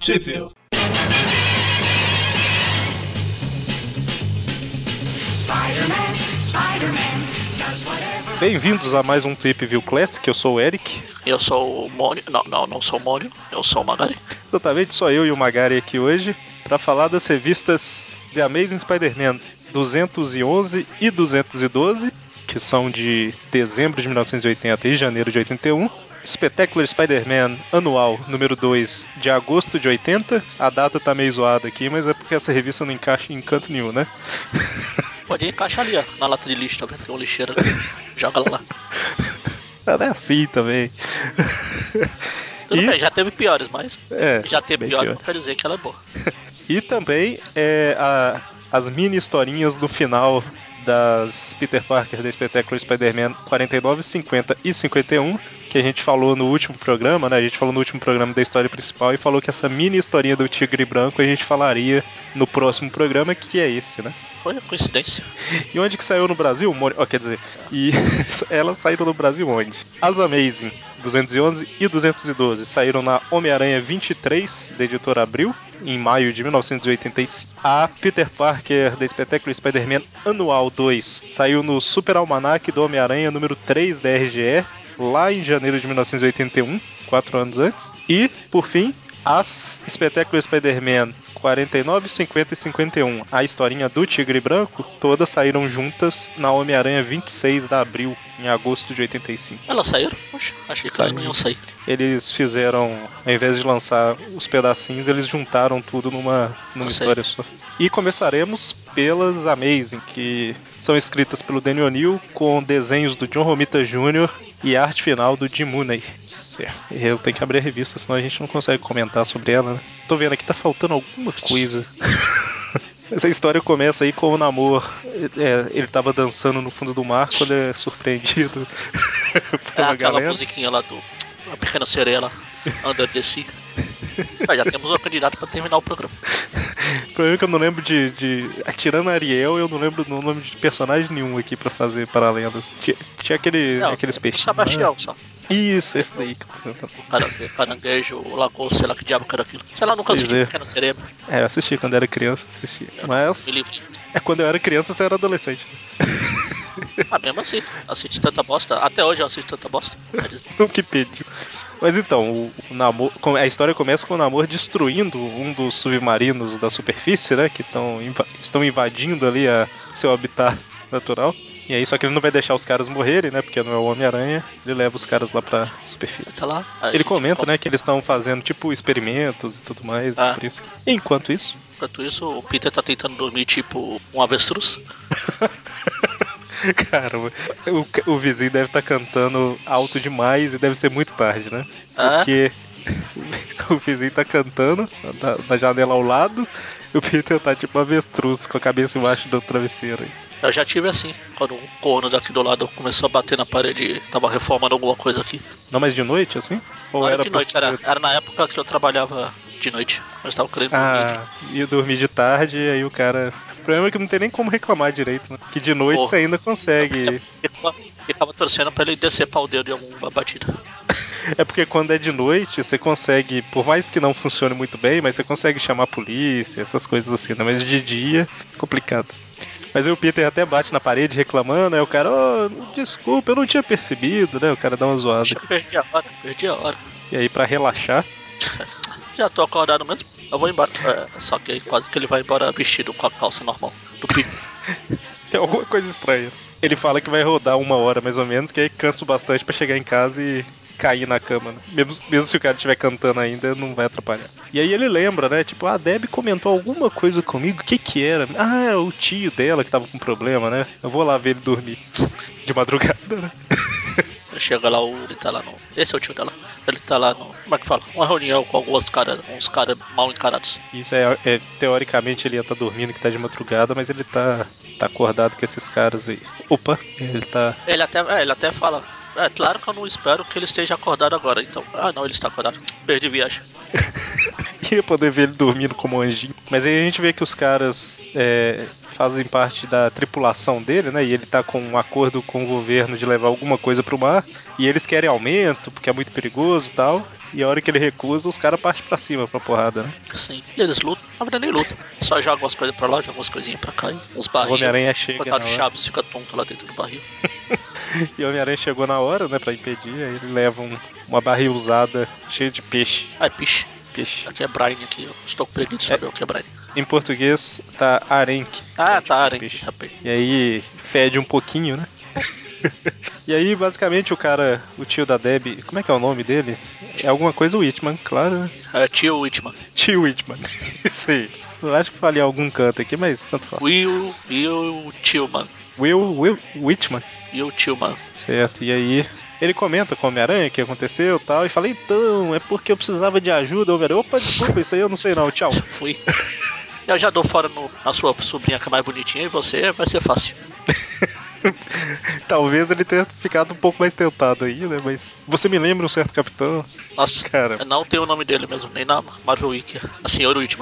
Review. Bem-vindos a mais um Trip View Classic, eu sou o Eric. Eu sou o Mônio. Não sou o Mônio, eu sou o Magari. Exatamente, só eu e o Magari aqui hoje para falar das revistas The Amazing Spider-Man 211 e 212, que são de dezembro de 1980 e janeiro de 81. Spectacular Spider-Man anual número 2 de agosto de 80. A data tá meio zoada aqui, mas é porque essa revista não encaixa em canto nenhum, né? Pode encaixar ali, ó, na lata de lixo também, tem um lixeiro ali. Joga ela lá. Não é assim também. Tudo bem, já teve piores, mas já teve bem piores pior. não quer dizer que ela é boa. E também as mini historinhas do final das Peter Parker da Spectacular Spider-Man 49, 50 e 51, que a gente falou no último programa, né? A gente falou no último programa da história principal e falou que essa mini historinha do Tigre Branco a gente falaria no próximo programa, que é esse, né? Foi uma coincidência. E onde que saiu no Brasil? Quer dizer, e elas saíram no Brasil onde? As Amazing 211 e 212 saíram na Homem-Aranha 23, da editora Abril, em maio de 1985. A Peter Parker da Spectacular Spider-Man Anual 2 saiu no Super Almanac do Homem-Aranha número 3 da RGE, lá em janeiro de 1981, 4 anos antes. E, por fim, as Spectacular Spider-Man 49, 50 e 51, a historinha do Tigre Branco, todas saíram juntas na Homem-Aranha 26 da Abril, em agosto de 85. Elas saíram? Poxa, achei que elas não iam sair. Eles fizeram, ao invés de lançar os pedacinhos, eles juntaram tudo numa história só. E começaremos pelas Amazing, que são escritas pelo Danny O'Neill, com desenhos do John Romita Jr. e arte final do Jim Mooney. Certo. Eu tenho que abrir a revista, senão a gente não consegue comentar sobre ela, né? Tô vendo aqui, tá faltando alguma coisa. Essa história começa aí com o Namor. Ele tava dançando no fundo do mar quando é surpreendido pela aquela galera. musiquinha lá do A Pequena Sereia lá, Under the Sea. Já temos uma candidata pra terminar o programa. O problema é que eu não lembro tirando a Ariel, eu não lembro o nome de personagem nenhum aqui pra fazer paralelos. Tinha aqueles peixinhos. Sebastião, só. Isso, esse daí. O caranguejo, o lagosta, sei lá que diabo que era aquilo. Sei lá, nunca assisti Pequena Sereia. Eu assisti quando era criança, Mas. Quando eu era criança, você era adolescente. Mesmo assim, assisti tanta bosta. Até hoje eu assisto tanta bosta. O que pediu. Mas então, o Namor, a história começa com o Namor destruindo um dos submarinos da superfície, né? Que estão invadindo ali seu habitat natural. E aí, só que ele não vai deixar os caras morrerem, né? Porque não é o Homem-Aranha. Ele leva os caras lá pra superfície. Tá lá, ele comenta, né, que eles estão fazendo, tipo, experimentos e tudo mais. Por isso que... Enquanto isso, o Peter tá tentando dormir tipo um avestruz. Caramba, o vizinho deve estar cantando alto demais e deve ser muito tarde, né? Porque o vizinho tá cantando na janela ao lado e o Peter tá tipo um avestruz com a cabeça embaixo do travesseiro aí. Eu já tive assim, quando um corno daqui do lado começou a bater na parede e tava reformando alguma coisa aqui. Não, mas de noite, assim? Ou não era de noite, era na época que eu trabalhava de noite. Eu estava querendo dormir. Ia dormir de tarde e aí o cara... O problema é que não tem nem como reclamar direito, né? Que de noite você ainda consegue... Ficava torcendo pra ele descer pau dedo em alguma batida. É porque quando é de noite, você consegue, por mais que não funcione muito bem, mas você consegue chamar a polícia, essas coisas assim, né? Mas de dia é complicado. Mas aí o Peter até bate na parede reclamando, aí o cara, desculpa, eu não tinha percebido, né? O cara dá uma zoada. Perdi a hora. E aí, pra relaxar... Já tô acordado mesmo, eu vou embora. Só que aí quase que ele vai embora vestido com a calça normal do Peter. Tem alguma coisa estranha. Ele fala que vai rodar 1 hora mais ou menos, que aí cansa bastante pra chegar em casa e cair na cama, né? Mesmo se o cara estiver cantando ainda, não vai atrapalhar. E aí ele lembra, né? Tipo, a Debbie comentou alguma coisa comigo, o que era? Era o tio dela que tava com problema, né? Eu vou lá ver ele dormir de madrugada, né? Chega lá, ele tá lá no... Esse é o tio dela. Ele tá lá no... Como é que fala? Uma reunião com uns caras mal encarados. Isso teoricamente ele ia estar dormindo que tá de madrugada, mas ele tá acordado com esses caras aí. Opa, ele tá... Ele até fala... claro que eu não espero que ele esteja acordado agora, então... não, ele está acordado. Perdi viagem. Ia poder ver ele dormindo como um anjinho. Mas aí a gente vê que os caras fazem parte da tripulação dele, né? E ele tá com um acordo com o governo de levar alguma coisa pro mar. E eles querem aumento, porque é muito perigoso e tal. E a hora que ele recusa, os caras partem pra cima pra porrada, né? Sim. E eles lutam. Na verdade, nem lutam. Só jogam umas coisas pra lá, jogam umas coisinhas pra cá. E uns O barril. Homem-Aranha chega Coitado na do hora. Chaves fica tonto lá dentro do barril. E o Homem-Aranha chegou na hora, né, pra impedir. Aí ele leva uma barril usada cheia de peixe. Ai, piche. Peixe. Aqui é Brian aqui. Eu estou com preguiça de É, saber o que é Brian. em português tá arenque. Ah, É tipo tá, de Arenque, peixe. rapaz. E aí fede um pouquinho, né? E aí, basicamente, o cara, o tio da Debbie, como é que é o nome dele? É alguma coisa Whitman, claro, né? É, tio Whitman. Tio Whitman. Isso aí. Eu acho que falei algum canto aqui, mas tanto faz. Will Tillman. Will Whitman. Will Tillman. Certo, e aí ele comenta com o Homem-Aranha o que aconteceu e tal, e fala, então, é porque eu precisava de ajuda, Homem-Aranha. Opa, desculpa, isso aí eu não sei não, tchau. Fui. Eu já dou fora na sua sobrinha que é mais bonitinha e você vai ser fácil. Talvez ele tenha ficado um pouco mais tentado aí, né, mas você me lembra um certo capitão? Nossa, Cara, eu não tenho o nome dele mesmo, nem na Marvel Wiki. A senhora Whitman.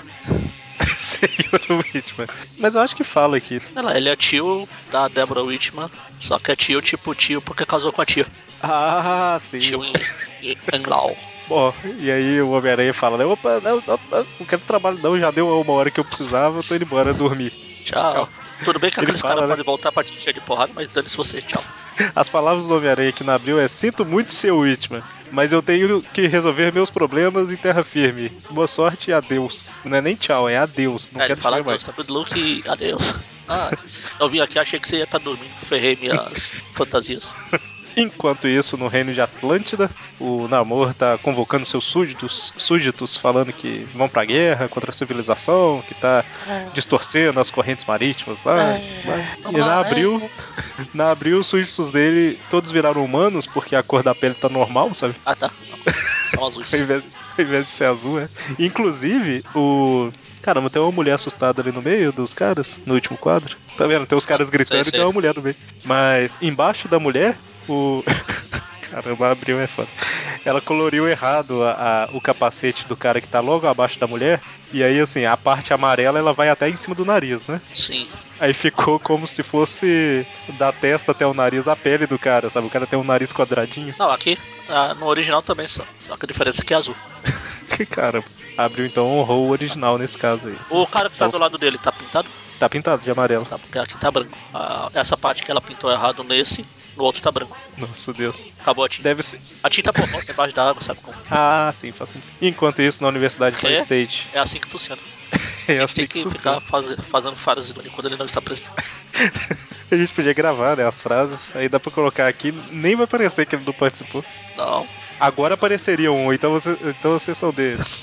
senhor Whitman. Mas eu acho que fala aqui. Ele é tio da Deborah Whitman, só que é tio tipo tio porque casou com a tia. Ah, sim. Tio em Lau. Bom, e aí o Homem-Aranha fala, né, opa, não quero trabalho não, já deu uma hora que eu precisava, eu tô indo embora dormir. Tchau. Tchau. Tudo bem que Ele aqueles caras fala, né? podem voltar pra te encher de porrada, mas dane-se você, tchau. As palavras do Homem-Aranha aqui na abril é: sinto muito, seu Whitman, mas eu tenho que resolver meus problemas em terra firme. Boa sorte e adeus. Não é nem tchau, é adeus. Não Ele quero te fala ver adeus, mais. tá good luck e adeus. Ah, eu vim aqui, achei que você ia estar dormindo, ferrei minhas fantasias. Enquanto isso, no reino de Atlântida, o Namor tá convocando seus súditos falando que vão pra guerra contra a civilização, que tá distorcendo as correntes marítimas lá e tudo mais. E Vamos lá, na abril, os súditos dele todos viraram humanos porque a cor da pele tá normal, sabe? Ah, tá. Não, são Ao azuis. invés de ser azul, é. Inclusive, o. Caramba, tem uma mulher assustada ali no meio dos caras, no último quadro. Tá vendo? Tem os caras Sei, gritando e tem sei. uma mulher no meio. Mas embaixo da mulher, o. Caramba, abriu é foda. Ela coloriu errado o capacete do cara que tá logo abaixo da mulher. E aí, assim, a parte amarela ela vai até em cima do nariz, né? Sim. Aí ficou como se fosse da testa até o nariz a pele do cara, sabe? O cara tem um nariz quadradinho. Não, aqui, no original também só que a diferença é que é azul. Cara, abriu então honrou o original nesse caso aí. O cara que tá Então, do lado dele tá pintado? tá pintado de Ah, amarelo. tá, porque aqui tá branco. Essa parte que ela pintou errado nesse, no outro tá branco. Nossa, Deus. Acabou a tinta. Deve ser. A tinta borrosa embaixo da água, sabe como? Ah, sim, faz sentido. Enquanto isso, na Universidade Far Porque State, é assim que funciona. A é gente tem assim que que ficar funciona. fazendo frases do quando ele não está presente. A gente podia gravar, né, as frases, aí dá pra colocar aqui, nem vai parecer que ele não participou. Não. Agora apareceria um, então vocês são desses.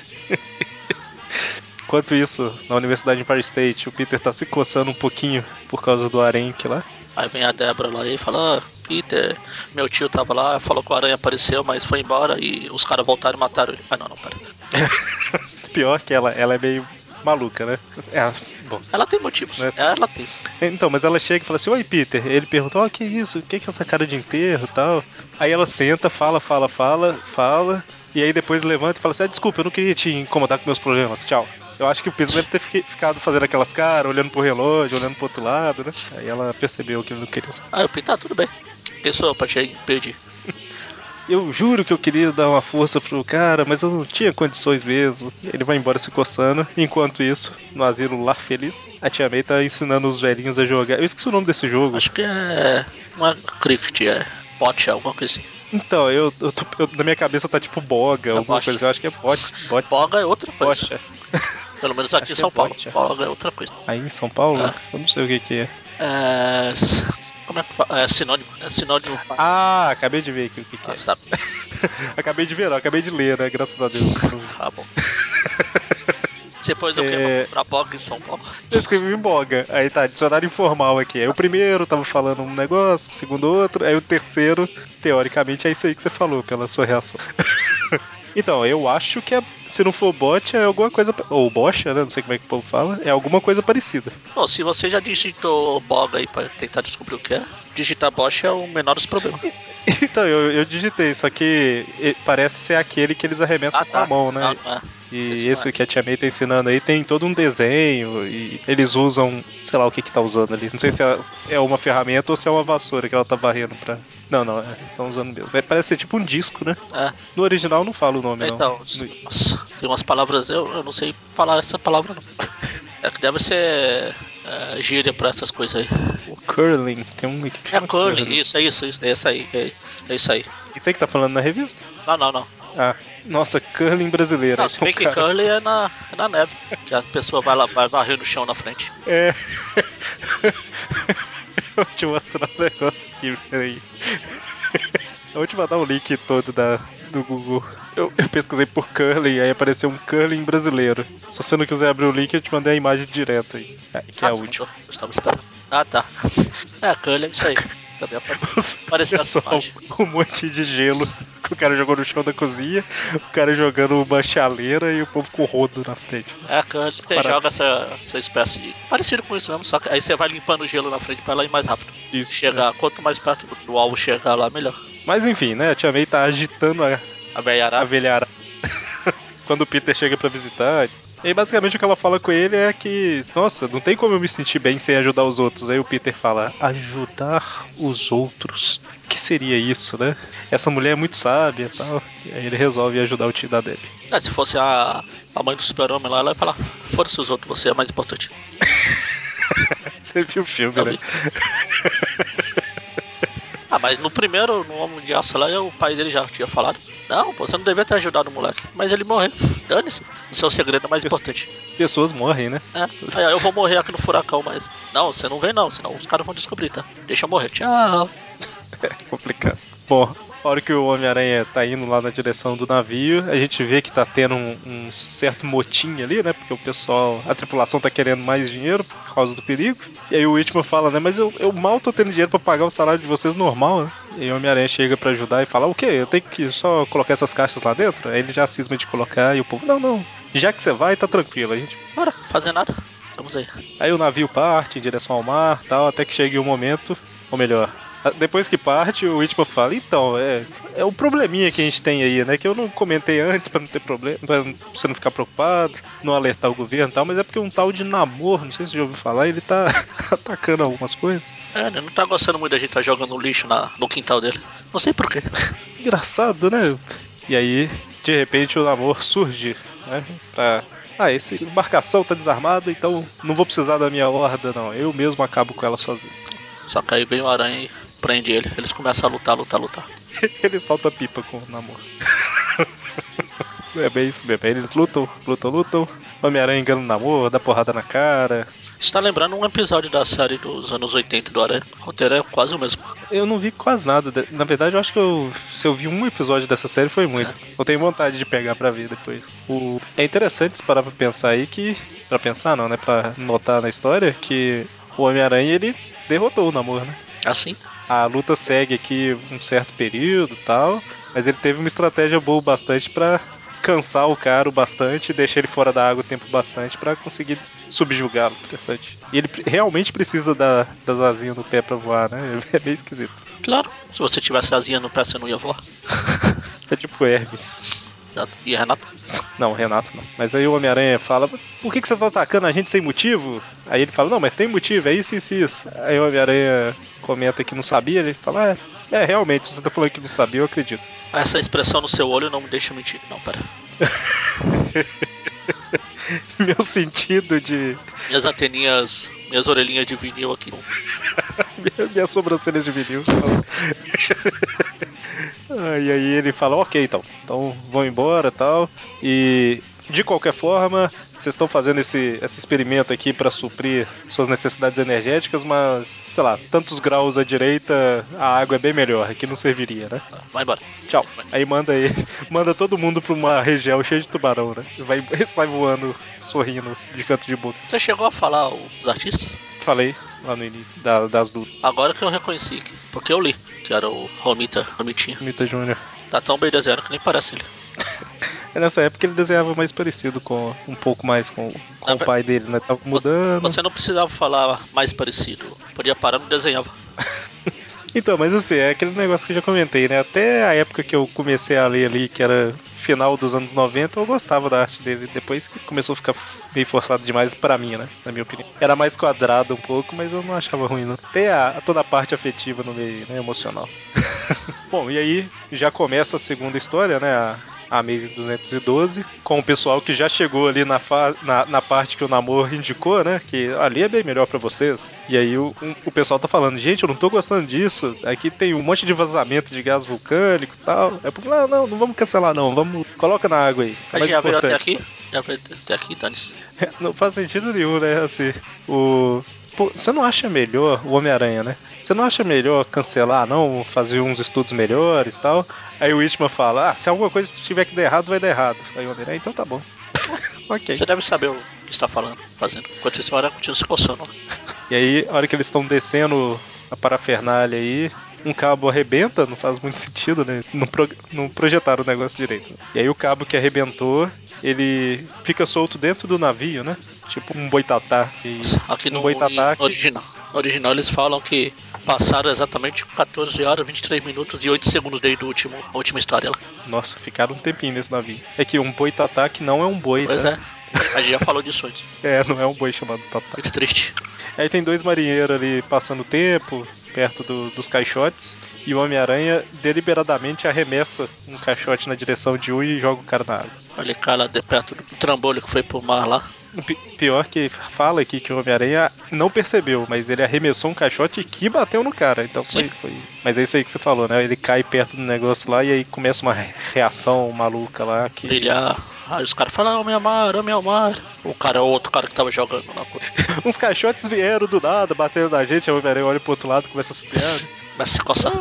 Enquanto isso, na Universidade de Empire State, o Peter tá se coçando um pouquinho por causa do arenque lá. Aí vem a Débora lá e fala: Peter, meu tio tava lá, falou que o aranha apareceu, mas foi embora e os caras voltaram e mataram ele. Ah, não, pera. Pior que ela é meio maluca, né? É, bom, Ela tem isso não motivos. é. Ela tem. Então, mas ela chega e fala assim: oi, Peter. Ele pergunta: ó, que isso? O que é essa cara de enterro e tal? Aí ela senta, fala. E aí depois levanta e fala assim: ah, desculpa, eu não queria te incomodar com meus problemas, tchau. Eu acho que o Peter deve ter ficado fazendo aquelas caras, olhando pro relógio, olhando pro outro lado, né? Aí ela percebeu que ele não queria saber. Aí o Peter, tá, tudo bem. Quem sou eu pra te impedir? Eu juro que eu queria dar uma força pro cara, mas eu não tinha condições mesmo. Ele vai embora se coçando. Enquanto isso, no asilo Lar Feliz, a Tia May tá ensinando os velhinhos a jogar. Eu esqueci o nome desse jogo. Acho que é. Não é cricket, é bot, alguma coisa assim. Então, na minha cabeça tá tipo boga, É alguma coisa bot. assim. Eu acho que é Boga é outra coisa. bocha. Pelo menos aqui Acho em que é São Paulo. bocha. Boga é outra coisa. Aí em São Paulo, É. eu não sei o que que é. É. Como é que fala? É sinônimo. É sinônimo. Ah, acabei de ver aqui o que que Ah, é. sabe? Acabei de ver, não, acabei de ler, né? Graças a Deus. Ah, bom. Depois do que? É, Pra Boga em São Paulo. eu escrevi em boga. Aí tá, dicionário informal aqui. Aí o primeiro tava falando um negócio, o segundo outro. Aí o terceiro, teoricamente, é isso aí que você falou, pela sua reação. Então, eu acho que é Se não for bot, é alguma coisa. Ou bocha, né? Não sei como é que o povo fala. É alguma coisa parecida. Bom, se você já digitou Bog aí pra tentar descobrir o que é, digitar Bosch é o menor dos problemas. Então, eu digitei, só que parece ser aquele que eles arremessam Ah, com a tá. mão, Não, né? não é. E Esse não é. esse que a Tia May tá ensinando aí tem todo um desenho e eles usam, sei lá o que que tá usando ali. Não sei se é uma ferramenta ou se é uma vassoura que ela tá varrendo pra. Não, não, eles estão usando mesmo. Parece ser tipo um disco, né? É. No original não fala o nome, não. Então, nossa, tem umas palavras, eu não sei falar essa palavra não. É que deve ser gíria pra essas coisas aí. O curling, tem um aqui que É chama curling, curling. isso, é isso, é isso aí, é isso aí. Isso aí que tá falando na revista? Não, não, não. Ah, nossa, curling brasileira. Não, Aí se tem um bem que cara. curling é na neve, que a pessoa vai lá, vai varrer no chão na frente. É. Eu vou te mostrar um negócio aqui, peraí. Eu vou te mandar o link todo do Google. Eu pesquisei por curling, aí apareceu um curling brasileiro. Se você não quiser abrir o link, eu te mandei a imagem direto aí. Que é Ah, a você última. mandou? Eu estava esperando. Ah, tá. É, curling é isso aí. Também apareceu essa Pessoal, imagem. um monte de gelo que o cara jogou no chão da cozinha, o cara jogando uma chaleira e o povo com rodo na frente. É, curling, você Para joga essa espécie de... Parecido com isso mesmo, só que aí você vai limpando o gelo na frente pra ela ir mais rápido. isso. É. Chegar, quanto mais perto do alvo chegar lá, melhor. Mas enfim, né? A Tia May tá agitando A a velharada. velhara quando o Peter chega pra visitar. E aí, basicamente, o que ela fala com ele é que, nossa, não tem como eu me sentir bem sem ajudar os outros. Aí o Peter fala, ajudar os outros? O que seria isso, né? Essa mulher é muito sábia e tal. E aí ele resolve ajudar o tio da Debbie. Se fosse a mãe do super-homem lá, ela ia falar: foda-se os outros, você é mais importante. Você viu o filme, Eu né? vi. Ah, mas no primeiro, no Homem de Aço lá, o pai dele já tinha falado: não, pô, você não devia ter ajudado o moleque. Mas ele morreu. Dane-se. O seu segredo é mais importante. Pessoas morrem, né? É. Aí, eu vou morrer aqui no furacão, mas. Não, você não vem não, senão os caras vão descobrir, tá? Deixa eu morrer. Tchau. Complicado. Bom, a hora que o Homem-Aranha tá indo lá na direção do navio, a gente vê que tá tendo um certo motim ali, né? Porque o pessoal, a tripulação tá querendo mais dinheiro por causa do perigo. E aí o Whitman fala, né? Mas eu mal tô tendo dinheiro pra pagar o salário de vocês normal, né? E aí o Homem-Aranha chega pra ajudar e fala, o quê? Eu tenho que só colocar essas caixas lá dentro? Aí ele já cisma de colocar e o povo, não, não. Já que você vai, tá tranquilo. A gente Bora, fazer nada. Vamos aí. Aí o navio parte em direção ao mar, tal, até que chegue um momento, ou melhor, depois que parte, o Whitman fala, então, é o probleminha que a gente tem aí, né, que eu não comentei antes pra não ter problema, pra você não ficar preocupado, não alertar o governo e tal, mas é porque um tal de Namor, não sei se você já ouviu falar, ele tá atacando algumas coisas. É, ele não tá gostando muito da gente tá jogando lixo no quintal dele. Não sei porquê. Engraçado, né? E aí, de repente, o Namor surge, né, pra... Ah, essa embarcação tá desarmada, então não vou precisar da minha horda, não. Eu mesmo acabo com ela sozinho. Só que aí vem o aranha e prende ele. Eles começam a lutar, lutar, lutar. Ele solta a pipa com o Namor. É bem isso mesmo. Eles lutam, lutam, lutam. Homem-Aranha engana o Namor, dá porrada na cara. Isso tá lembrando um episódio da série dos anos 80 do Aranha. O roteiro é quase o mesmo. Eu não vi quase nada. Na verdade, eu acho que se eu vi um episódio dessa série foi muito. É. Eu tenho vontade de pegar pra ver depois. É interessante se parar pra pensar aí que. Pra pensar não, né? Pra notar na história que o Homem-Aranha ele derrotou o Namor, né? Assim? A luta segue aqui um certo período e tal, mas ele teve uma estratégia boa bastante pra cansar o cara o bastante e deixar ele fora da água o tempo bastante pra conseguir subjugá-lo. Interessante. E ele realmente precisa das asinhas no pé pra voar, né? É meio esquisito. Claro. Se você tivesse asinha no pé, você não ia voar. É tipo Hermes. Exato. E Renato? Não, Renato não. Mas aí o Homem-Aranha fala: por que você tá atacando a gente sem motivo? Aí ele fala: não, mas tem motivo, é isso, isso, isso. Aí o Homem-Aranha comenta que não sabia, ele fala: realmente, se você tá falando que não sabia, eu acredito. Essa expressão no seu olho não me deixa mentir. Não, pera. Meu sentido de. Minhas anteninhas, minhas orelhinhas de vinil aqui. Minhas sobrancelhas de vinil. Então. E aí ele fala, ok, então vão embora e tal. E de qualquer forma, vocês estão fazendo esse experimento aqui para suprir suas necessidades energéticas, mas, sei lá, tantos graus à direita, a água é bem melhor, aqui não serviria, né? Tá, vai embora. Tchau. Aí manda ele, manda todo mundo pra uma região cheia de tubarão, né? Sai voando, sorrindo de canto de boca. Você chegou a falar os artistas? Falei lá no início das lutas. Agora que eu reconheci, porque eu li, que era o Romitinha. Mita Júnior. Tá tão bem desenhado que nem parece ele. Nessa época ele desenhava mais parecido com um pouco mais com Na o ve- pai dele, né? Tava mudando. Você não precisava falar mais parecido. Podia parar no desenhava. Então, mas assim, é aquele negócio que eu já comentei, né? Até a época que eu comecei a ler ali, que era final dos anos 90, eu gostava da arte dele. Depois que começou a ficar meio forçado demais pra mim, né? Na minha opinião. Era mais quadrado um pouco, mas eu não achava ruim, não. Tem toda a parte afetiva no meio, né? Emocional. Bom, e aí já começa a segunda história, né? A Amazing 212, com o pessoal que já chegou ali na parte que o Namor indicou, né? Que ali é bem melhor pra vocês. E aí o pessoal tá falando, gente, eu não tô gostando disso. Aqui tem um monte de vazamento de gás vulcânico e tal. Aí o povo, não vamos cancelar não, vamos, coloca na água aí, que é A gente mais já veio até importante. aqui? Já veio até aqui, dane-se. Não faz sentido nenhum, né? Assim, o. Pô, você não acha melhor, o Homem-Aranha, né? Você não acha melhor cancelar, não? Fazer uns estudos melhores e tal? Aí o Whitman fala: se alguma coisa tiver que dar errado, vai dar errado. Aí o Homem-Aranha, então tá bom. Ok. Você deve saber o que está falando, fazendo. Enquanto isso, a hora continua se coçando. E aí, a hora que eles estão descendo a parafernália aí, um cabo arrebenta, não faz muito sentido, né? Não projetaram o negócio direito. E aí o cabo que arrebentou, ele fica solto dentro do navio, né? Tipo um boitatá. E Aqui um no boitatá que original. No original eles falam que passaram exatamente 14 horas, 23 minutos e 8 segundos desde a última história lá. Nossa, ficaram um tempinho nesse navio. É que um boitatá que não é um boi, Pois tá? é, a gente já falou disso antes. É, não é um boi chamado tatá. Muito triste. Aí tem dois marinheiros ali passando tempo, perto dos caixotes, e o Homem-Aranha deliberadamente arremessa um caixote na direção de um e joga o cara na água. Ele cai lá de perto do trambolho que foi pro mar lá. Pior que fala aqui que o Homem-Aranha não percebeu, mas ele arremessou um caixote que bateu no cara. Então Sim. foi. Mas é isso aí que você falou, né? Ele cai perto do negócio lá e aí começa uma reação maluca lá que. Brilhar. Aí os caras falam, ô meu mar, ô meu mar. O cara, o outro cara que tava jogando lá, pô. Uns caixotes vieram do nada, batendo na gente, aí o Homem-Aranha olha pro outro lado e começa a supiar, né? Começa a se coçar.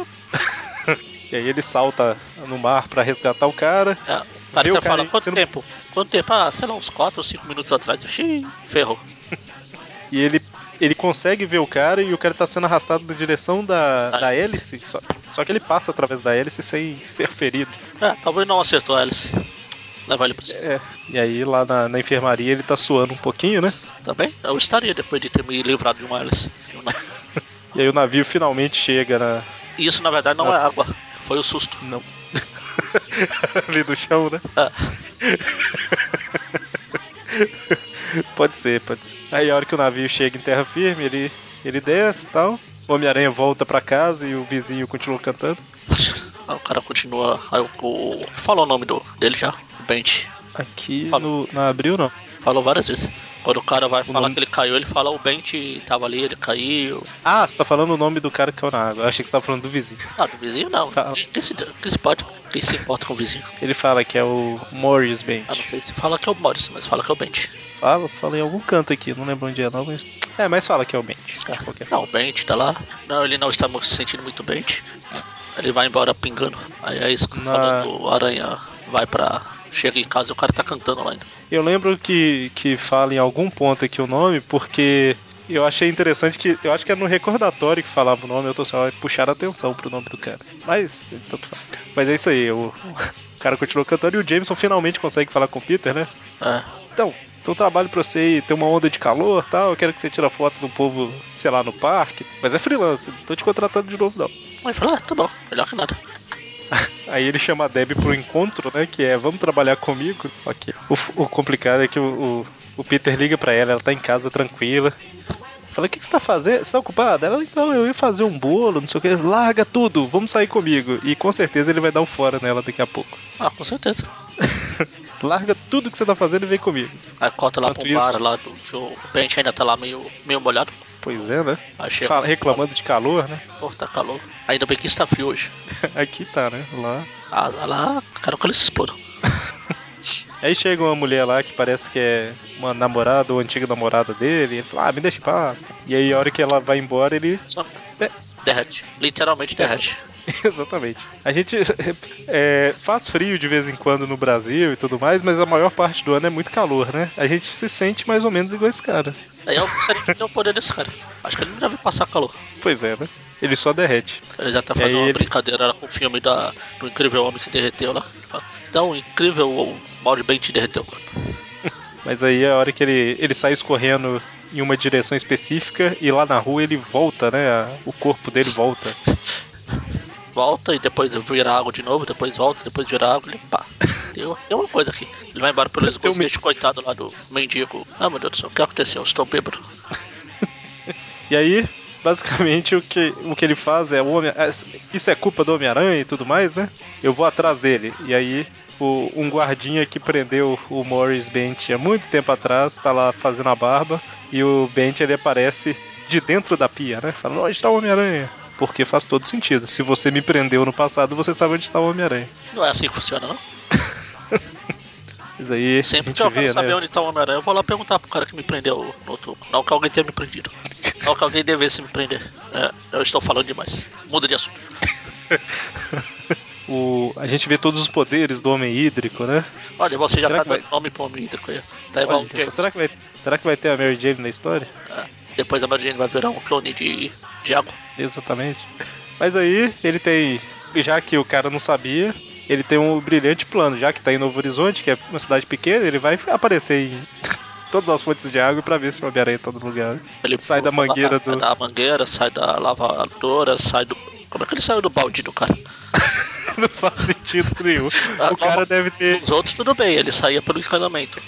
E aí ele salta no mar pra resgatar o cara, É, o cara vê o até cara fala, quanto sendo. tempo? Quanto tempo? Ah, sei lá, uns 4 ou 5 minutos atrás. Xiii, ferrou. E ele consegue ver o cara e o cara tá sendo arrastado na direção Aí da eles. hélice, só que ele passa através da hélice sem ser ferido. É, talvez não acertou a hélice. Levar ele pro céu. É, e aí lá na enfermaria ele tá suando um pouquinho, né? Tá bem? Eu estaria depois de ter me livrado de uma hélice. Eu não. E aí o navio finalmente chega E isso, na verdade, não é nas. água. Foi o susto. Não. Ali do chão, né? É, Pode ser, pode ser. Aí a hora que o navio chega em terra firme, ele desce e tal. O Homem-Aranha volta pra casa e o vizinho continua cantando. aí o cara continua. Aí fala o nome dele já. O Bent. Aqui Falou. na Abril, não. Falou várias vezes. Quando o cara vai O falar nome. que ele caiu, ele fala o Bent tava ali, ele caiu. Ah, você tá falando o nome do cara que caiu na água. Eu achei que você tava falando do vizinho. Ah, do vizinho não. Fala. Quem se pode? Quem se importa com o vizinho? Ele fala que é o Morris Ah, não Bench. sei se fala que é o Morris, mas fala que é o Bent. Fala em algum canto aqui, não lembro onde é não, mas. É, mas fala que é o Bench, É. de qualquer Não, o forma. Bent tá lá. Não, ele não está se sentindo muito Bent. Ele vai embora pingando. Aí é isso que você falou Na... do Aranha vai pra. Chega em casa e o cara tá cantando lá ainda. Eu lembro que fala em algum ponto aqui o nome, porque eu achei interessante que. Eu acho que era no recordatório que falava o nome, eu tô só puxar a atenção pro nome do cara. Mas, tanto faz. Mas é isso aí, o cara continua cantando e o Jameson finalmente consegue falar com o Peter, né? É. Então, tem um trabalho pra você ir ter uma onda de calor e tal. Eu quero que você tire a foto do povo, sei lá, no parque. Mas é freelance, não tô te contratando de novo, não. Aí fala, tá bom, melhor que nada. Aí ele chama a Debbie pro encontro, né? Que é, vamos trabalhar comigo. Ok. O complicado é que o Peter liga pra ela, ela tá em casa tranquila. Fala, o que você tá fazendo? Você tá ocupada? Ela, então, eu ia fazer um bolo, não sei o que. Larga tudo, vamos sair comigo. E com certeza ele vai dar um fora nela daqui a pouco. Ah, com certeza. Larga tudo que você tá fazendo e vem comigo. Aí corta lá pra Enquanto um bar isso, lá que o Bent ainda tá lá meio molhado. pois é, né? Aí chega lá e fala, Reclamando de calor, né? pô, tá calor. Ainda bem que está frio hoje. Aqui tá, né? Lá. Asa lá, quero que eles se explodam. Aí chega uma mulher lá que parece que é uma namorada ou antiga namorada dele. E ele fala, me deixa em paz. E aí, a hora que ela vai embora, ele. Só É, derrete. Literalmente derrete. exatamente. A gente faz frio de vez em quando no Brasil e tudo mais, mas a maior parte do ano é muito calor, né? A gente se sente mais ou menos igual esse cara. Aí eu gostaria de ter o poder desse cara. Acho que ele não deve passar calor. Pois é, né? Ele só derrete. Ele já tá E aí fazendo uma ele. brincadeira lá com o filme do Incrível Homem que derreteu lá. tão incrível, o Mauro Bent derreteu. Mas aí é a hora que ele sai escorrendo em uma direção específica e lá na rua ele volta, né? O corpo dele volta. Volta e depois vira água de novo, depois volta, depois vira água e pá. Tem uma coisa aqui. Ele vai embora pelo esgoto, deixa o coitado lá do mendigo. Ah, meu Deus do céu, o que aconteceu? Eu estou bêbado. E aí, basicamente, o que ele faz é isso é culpa do Homem-Aranha e tudo mais, né? Eu vou atrás dele. E aí, um guardinha que prendeu o Morris Bent há muito tempo atrás, tá lá fazendo a barba, e o Bent ele aparece de dentro da pia, né? Falando, onde está o Homem-Aranha? Porque faz todo sentido. Se você me prendeu no passado, você sabe onde está o Homem-Aranha. Não é assim que funciona, não? Mas aí a Sempre que gente eu quero vê, saber né? onde tá o Homem-Aranha, eu vou lá perguntar pro cara que me prendeu no outro. Não que alguém tenha me prendido. Não que alguém devesse me prender. Eu estou falando demais. Muda de assunto. A gente vê todos os poderes do Homem Hídrico, né? Olha, você já Será tá que vai. dando nome pro homem hídrico aí. Tá igual Olha, o James. será que vai ter a Mary Jane na história? Depois a Mary Jane vai virar um clone de água. Exatamente. Mas aí ele tem. Já que o cara não sabia, ele tem um brilhante plano. Já que tá em Novo Horizonte, que é uma cidade pequena, ele vai aparecer em todas as fontes de água pra ver se o Homem-Aranha tá no lugar. Ele Sai da pula lá, mangueira sai do. da mangueira, sai da lavadora, sai do. Como é que ele saiu do balde do cara? Não faz sentido nenhum. O Nova... cara deve ter. Nos outros tudo bem, ele saía pelo encanamento.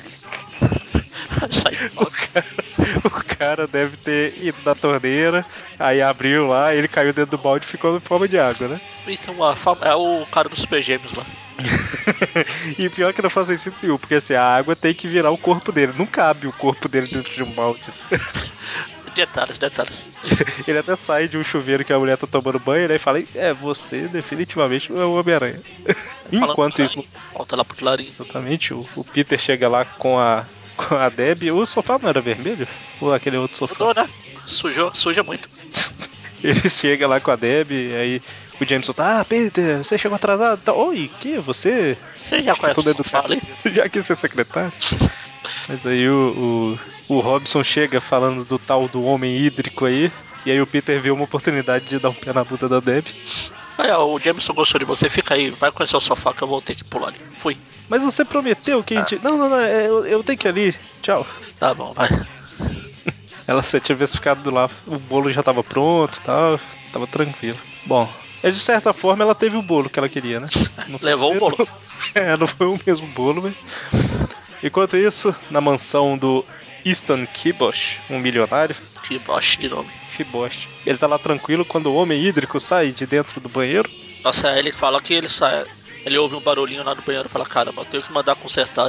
Sai do O balde. cara, o cara deve ter ido na torneira, aí abriu lá, ele caiu dentro do balde e ficou em forma de água, né? Isso é o cara dos Super Gêmeos lá. E pior que não faz sentido nenhum, porque assim, a água tem que virar o corpo dele. Não cabe o corpo dele dentro de um balde. Detalhes, detalhes. Ele até sai de um chuveiro que a mulher tá tomando banho, né? E fala, você definitivamente não é o Homem-Aranha. Falando Enquanto clarinho, isso, volta lá pro clarinho. exatamente, o Peter chega lá com a Debbie. O sofá não era vermelho? Ou aquele outro sofá? Mudou, né? Suja muito. Ele chega lá com a Debbie, aí o Jameson tá, Peter, você chegou atrasado. Tá, oi, que? Você? Você já conhece o Todo sofá educado. ali? Você já quis ser secretário? Mas aí o Robson chega falando do tal do homem hídrico aí. E aí o Peter vê uma oportunidade de dar um pé na bunda da Debbie. O Jameson gostou de você, fica aí, vai conhecer o sofá que eu vou ter que pular ali. Fui. Mas você prometeu que a gente. Não, não, não, eu tenho que ir ali. Tchau. Tá bom, vai. Ela, se tivesse ficado lá, o bolo já tava pronto e tal. Tava tranquilo. Bom, de certa forma ela teve o bolo que ela queria, né? Não foi o Levou o mesmo. bolo. Não foi o mesmo bolo, mas. Enquanto isso, na mansão do Easton Kibosh, um milionário. Que bosta de nome. Kibosh. Ele tá lá tranquilo quando o homem hídrico sai de dentro do banheiro. Nossa, aí ele fala que ele sai. Ele ouve um barulhinho lá no banheiro e fala, caramba, eu tenho que mandar consertar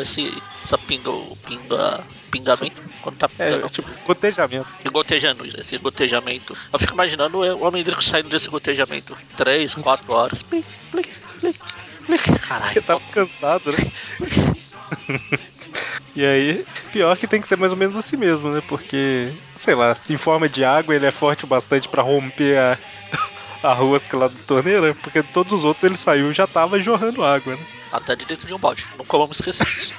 pingamento. Quando tá pingando. Tipo, gotejamento. Gotejando, esse gotejamento. Eu fico imaginando o homem hídrico saindo desse gotejamento. 3, 4 horas. Plic, plic, plic, plic. Caralho, Ele tava cansado, né? E aí, pior que tem que ser mais ou menos assim mesmo, né? Porque, sei lá, em forma de água ele é forte o bastante pra romper a rosca lá da torneira, porque todos os outros ele saiu e já tava jorrando água, né? até de dentro de um balde. Nunca vamos esquecer disso.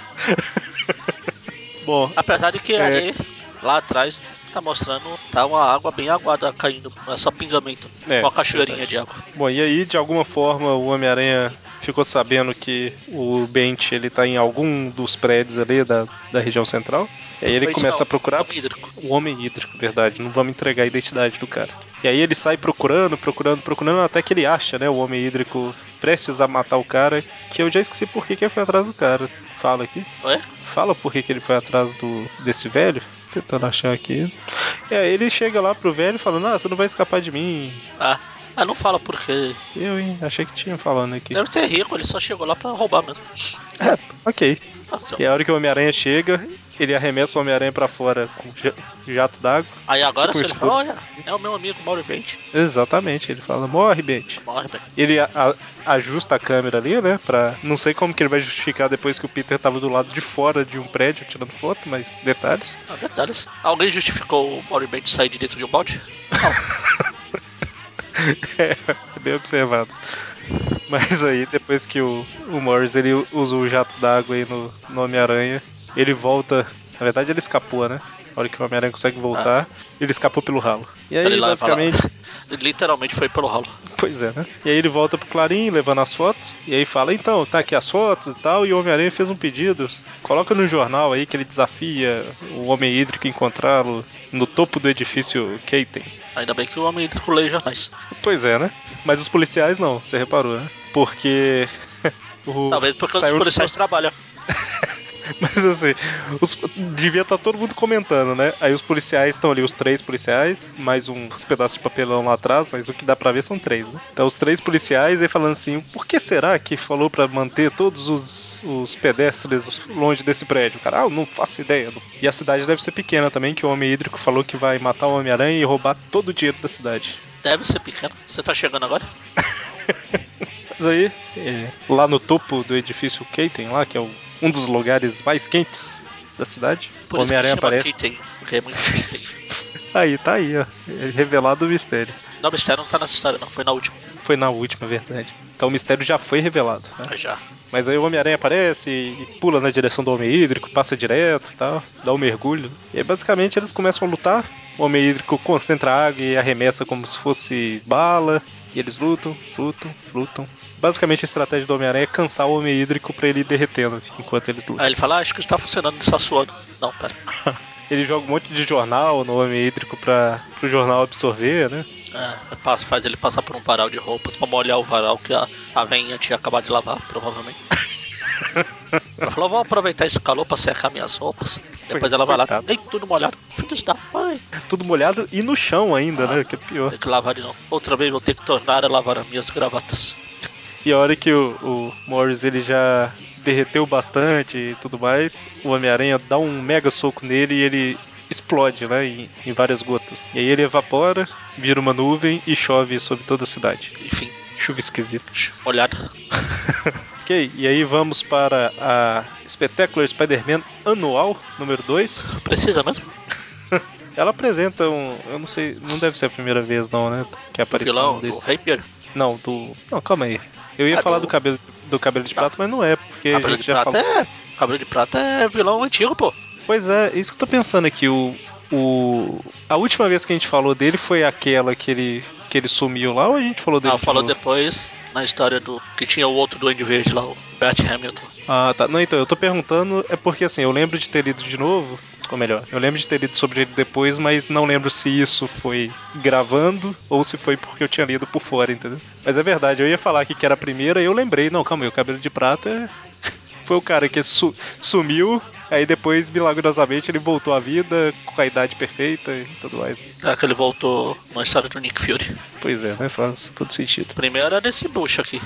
Bom, Apesar de que é, ali, lá atrás, tá mostrando, tá uma água bem aguada caindo. Não é só pingamento. Uma cachoeirinha verdade. de água. Bom, e aí, de alguma forma, o Homem-Aranha ficou sabendo que o Bent ele tá em algum dos prédios ali da região central. E aí ele Realmente começa não, a procurar homem hídrico. o homem hídrico, verdade. Não vamos entregar a identidade do cara. E aí ele sai procurando, até que ele acha, né, o homem hídrico prestes a matar o cara. Que eu já esqueci por que ele foi atrás do cara. Fala aqui. Ué? Fala por que ele foi atrás desse velho. Tentando achar aqui. Ele chega lá pro velho falando: Ah, você não vai escapar de mim. Não fala porque. Hein? Achei que tinha falando aqui. Deve ser rico, ele só chegou lá pra roubar mesmo. Ok. Nossa, E a hora que o Homem-Aranha chega, ele arremessa o Homem-Aranha pra fora com jato d'água. aí agora Tipo um se ele fala, escudo. olha, é o meu amigo Mauro Vente. Exatamente, ele fala: Morre, Bente. Morre, bem. Ele ajusta a câmera ali, né? Não sei como que ele vai justificar depois que o Peter tava do lado de fora de um prédio tirando foto, mas detalhes. Detalhes. Alguém justificou o Mauro Vente sair de dentro de um balde? Não. É bem observado. Mas aí, depois que o Morris ele usa o jato d'água aí no Homem-Aranha, ele volta. Na verdade, ele escapou, né? A hora que o Homem-Aranha consegue Ah, voltar, ele escapou pelo ralo. E ele aí, leva lá. basicamente, Ele literalmente foi pelo ralo. Pois é, né? E aí ele volta pro Clarim, levando as fotos, e aí fala, então, tá aqui as fotos e tal, e o Homem-Aranha fez um pedido, coloca no jornal aí que ele desafia o Homem Hídrico a encontrá-lo no topo do edifício Keiten. Ainda bem que o homem lê jornais. Pois é, né? Mas os policiais não, você reparou, né? Porque Talvez porque os saiu policiais trabalham. Mas assim, devia estar todo mundo comentando, né? Aí os policiais estão ali, os 3 policiais, mais uns pedaços de papelão lá atrás, mas o que dá pra ver são 3, né? Então os 3 policiais aí falando assim, por que será que falou pra manter todos os pedestres longe desse prédio? Cara, eu não faço ideia. E a cidade deve ser pequena também, que o Homem Hídrico falou que vai matar o Homem-Aranha e roubar todo o dinheiro da cidade. Deve ser pequeno. Você tá chegando agora? Mas aí, lá no topo do edifício Keiten, lá, que é um dos lugares mais quentes da cidade, Por o isso que Homem-Aranha chama aparece. Kitten, porque é muito Kitten. Aí, tá aí, ó. Revelado o mistério. Não, o mistério não tá nessa história, não. Foi na última. Foi na última, verdade. Então o mistério já foi revelado, né? Já. Mas aí o Homem-Aranha aparece e pula na direção do Homem Hídrico, passa direto e tal, dá um mergulho. E aí basicamente eles começam a lutar. O Homem Hídrico concentra água e arremessa como se fosse bala. E eles lutam, lutam, lutam. Basicamente a estratégia do Homem-Aranha é cansar o Homem Hídrico pra ele ir derretendo enquanto eles lutam. Aí ele fala, acho que está funcionando, ele está suando. Não, pera. Ele joga um monte de jornal no Homem Hídrico pro jornal absorver, né? Faz ele passar por um varal de roupas pra molhar o varal que a veinha tinha acabado de lavar, provavelmente. Ela falou, vou aproveitar esse calor pra secar minhas roupas. Depois ela vai lá, Coitado. ei, tudo molhado. Filhos da mãe. Tudo molhado e no chão ainda, né? Que é pior. Tem que lavar de novo. Outra vez vou ter que tornar a lavar as minhas gravatas. E a hora que o Morris ele já derreteu bastante e tudo mais, o Homem-Aranha dá um mega soco nele e ele explode, né? Em várias gotas. E aí ele evapora, vira uma nuvem e chove sobre toda a cidade. Enfim, Chuva esquisita. molhado. Ok, e aí vamos para a Spectacular Spider-Man anual, número 2. Precisa mesmo? Ela apresenta eu não sei, não deve ser a primeira vez não, né? Que a Do aparição vilão, do desse. Rapier. Não, Não, calma aí. Eu ia falar Do... do cabelo de Não, prata, mas não é, porque a cabelo de gente já prata falou. é... Cabelo de prata é vilão antigo, pô. Pois é, isso que eu tô pensando aqui. A última vez que a gente falou dele foi aquela que ele sumiu lá ou a gente falou dele Não, de falou novo? depois na história do... Que tinha o outro Duende Verde lá, o Bert Hamilton. Ah, tá. Não, então, eu tô perguntando, é porque assim, eu lembro de ter lido de novo, ou melhor, eu lembro de ter lido sobre ele depois, mas não lembro se isso foi gravando ou se foi porque eu tinha lido por fora, entendeu? Mas é verdade, eu ia falar aqui que era a primeira e eu lembrei, não, calma aí, o Cabelo de Prata foi o cara que sumiu, aí depois, milagrosamente, ele voltou à vida com a idade perfeita e tudo mais. É que ele voltou na história do Nick Fury. Pois é, né? Faz todo sentido. Primeiro é desse bucho aqui.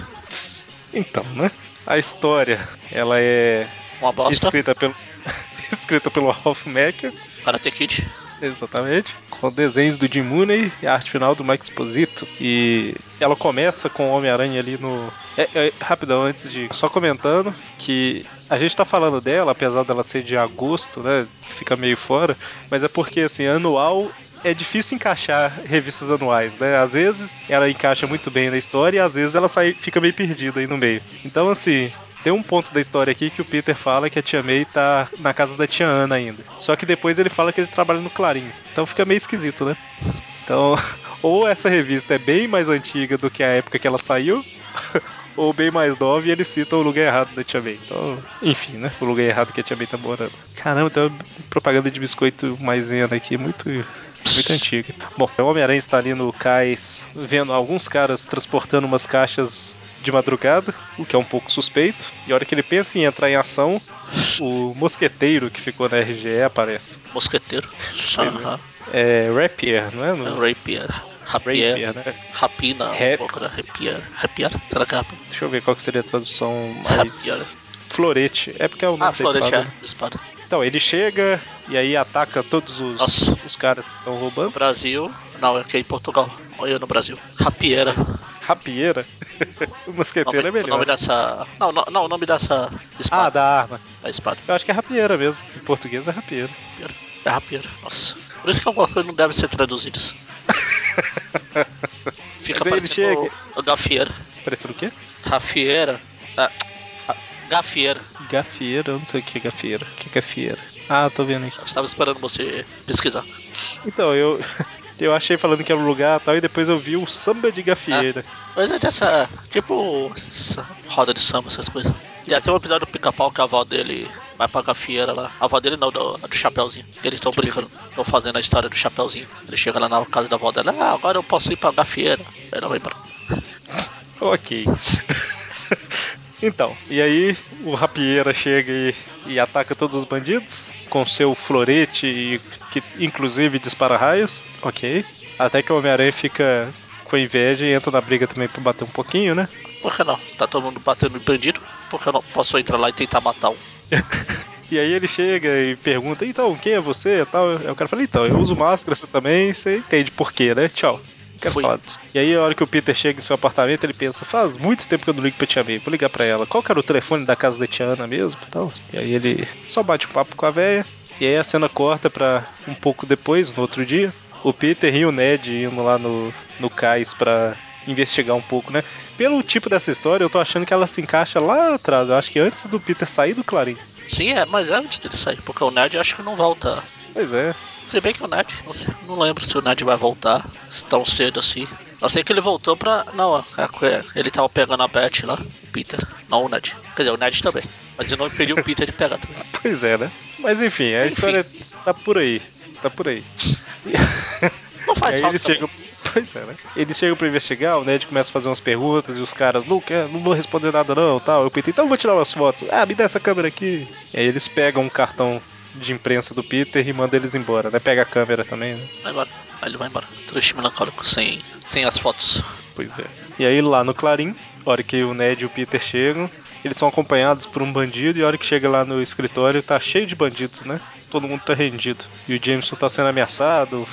Então, né? A história, ela é Uma bosta. escrita pelo, escrita pelo Ralph Macchio, Karate Kid. exatamente, com desenhos do Jim Mooney e a arte final do Mike Exposito. E ela começa com o Homem-Aranha ali no... rapidão, antes de... Só comentando que a gente tá falando dela, apesar dela ser de agosto, né? Fica meio fora, mas é porque, assim, anual é difícil encaixar revistas anuais, né? Às vezes ela encaixa muito bem na história e às vezes ela fica meio perdida aí no meio. Então, assim, tem um ponto da história aqui que o Peter fala que a Tia May tá na casa da Tia Ana ainda. Só que depois ele fala que ele trabalha no Clarim. Então fica meio esquisito, né? Então, ou essa revista é bem mais antiga do que a época que ela saiu, ou bem mais nova e ele cita o lugar errado da Tia May. Então, enfim, né? O lugar errado que a Tia May tá morando. Caramba, tem uma propaganda de biscoito maisena aqui, muito antiga. Bom, o Homem-Aranha está ali no cais, vendo alguns caras transportando umas caixas de madrugada, o que é um pouco suspeito. E a hora que ele pensa em entrar em ação, o mosqueteiro que ficou na RGE aparece. Mosqueteiro. Pois é. É Rapier, não é? É Rapier. Rapier. Rapier, né? Rapina. Rap... Rapier. Rapier? Será que é rapina? Deixa eu ver qual que seria a tradução Rapier. mais... Florete. É porque é o nome da Florete espada, é. né? De espada. Então, ele chega e aí ataca todos Nossa. os caras que estão No roubando. Brasil. Não, é aqui em Portugal. Olha eu no Brasil. Rapiera. Rapieira. O mosqueteiro é O nome melhor. dessa. Não, o nome dessa Ah, espada. da arma. Da espada. Eu acho que é rapieira mesmo. Em português é rapieira. É rapieira. Nossa. Por isso que algumas coisas não devem ser traduzidas. Fica Mas aí ele parecendo chega. gafieira. Parecendo o quê? Rafieira. Ah, Ah, gafieira. gafieira, eu não sei o que é gafieira. O que é gafieira? Ah, tô vendo aqui. Eu estava esperando você pesquisar. Então, eu achei falando que era um lugar e tal, e depois eu vi o samba de Ah, gafieira. Mas é dessa. Tipo. Roda de samba, essas coisas. E até um episódio do Pica-Pau que a avó dele vai pra gafieira lá. A avó dele não, do Chapeuzinho. Eles estão brincando, estão fazendo a história do Chapeuzinho. Ele chega lá na casa da avó dela. Ah, agora eu posso ir pra gafieira. Aí ela vai embora. Ok. Então, e aí o rapieira chega e ataca todos os bandidos com seu florete, que inclusive dispara raios. Ok. Até que o Homem-Aranha fica com inveja e entra na briga também pra bater um pouquinho, né? Por que não? Tá todo mundo batendo em bandido. Por que eu não posso entrar lá e tentar matar um? E aí ele chega e pergunta, então, quem é você e tal? Aí o cara fala, então, eu uso máscara, você também, você entende por quê, né? Tchau. Não quero Fui. falar disso. E aí, a hora que o Peter chega em seu apartamento, ele pensa, faz muito tempo que eu não ligo pra Tia May, vou ligar pra ela. Qual que era o telefone da casa da Tiana mesmo e tal? E aí ele só bate o papo com a véia, e aí a cena corta pra um pouco depois, no outro dia, o Peter e o Ned indo lá no cais pra investigar um pouco, né? Pelo tipo dessa história, eu tô achando que ela se encaixa lá atrás. Eu acho que antes do Peter sair do Clarim. Sim, mas é antes dele sair. Porque o Ned acho que não volta. Pois é. Se bem que o Ned, não, sei, não lembro se o Ned vai voltar tão cedo assim. Eu sei que ele voltou pra. Não, ele tava pegando a Beth lá, o Peter, não o Ned. Quer dizer, o Ned também. Mas ele não impediu o Peter de pegar também. Pois é, né? Mas enfim, a Enfim, história tá por aí. Tá por aí. E, não e faz aí falta eles também. chegam. Pois é, né? Eles chegam pra investigar, o Ned começa a fazer umas perguntas e os caras, não quer, não vou responder nada não, tal. Eu Peter, então eu vou tirar umas fotos. Ah, me dá essa câmera aqui. E aí eles pegam um cartão de imprensa do Peter e mandam eles embora, né? Pega a câmera também, né? Vai embora. Aí ele vai embora. Triste melancólico, sem as fotos. Pois é. E aí lá no Clarim, a hora que o Ned e o Peter chegam, eles são acompanhados por um bandido e a hora que chega lá no escritório tá cheio de bandidos, né? Todo mundo tá rendido. E o Jameson tá sendo ameaçado,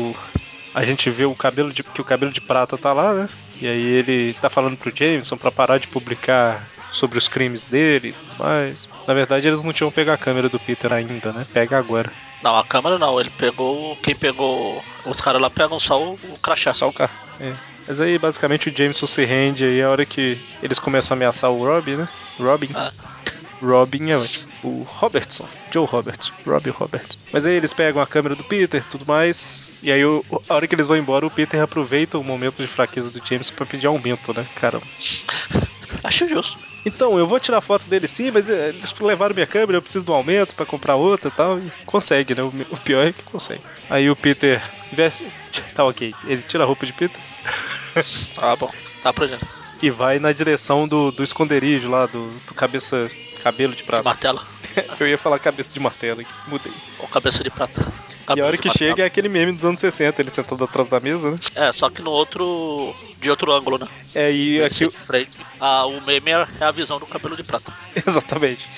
a gente vê que o cabelo de prata tá lá, né? E aí ele tá falando pro Jameson pra parar de publicar sobre os crimes dele e tudo mais. Na verdade, eles não tinham pego a câmera do Peter ainda, né? Pega agora. Não, a câmera não, ele pegou. Quem pegou. Os caras lá pegam só o crachá. Só o carro. É. Mas aí, basicamente, o Jameson se rende e a hora que eles começam a ameaçar o Robbie, né? Robin. Ah, Robin é ótimo. O Robertson, Joe Robertson, Robbie Robertson. Mas aí eles pegam a câmera do Peter e tudo mais. E aí, a hora que eles vão embora, o Peter aproveita o momento de fraqueza do James pra pedir aumento, né? Caramba. acho justo. Então, eu vou tirar foto dele sim, mas eles levaram minha câmera, eu preciso de um aumento pra comprar outra e tal. E consegue, né? O pior é que consegue. Aí o Peter veste. Tá ok. Ele tira a roupa de Peter Ah, bom. Tá aprendendo. e vai na direção do esconderijo lá, do cabelo de De prata. martelo. Eu ia falar cabeça de martelo aqui, mudei. Ou cabeça de prata. E a Cabelo hora de que chega martelo. é aquele meme dos anos 60, ele sentado atrás da mesa, né? É, só que no outro. De outro ângulo, né? É, Em e vez de ser aqui. de frente. Ah, o meme é a visão do cabelo de prata. Exatamente.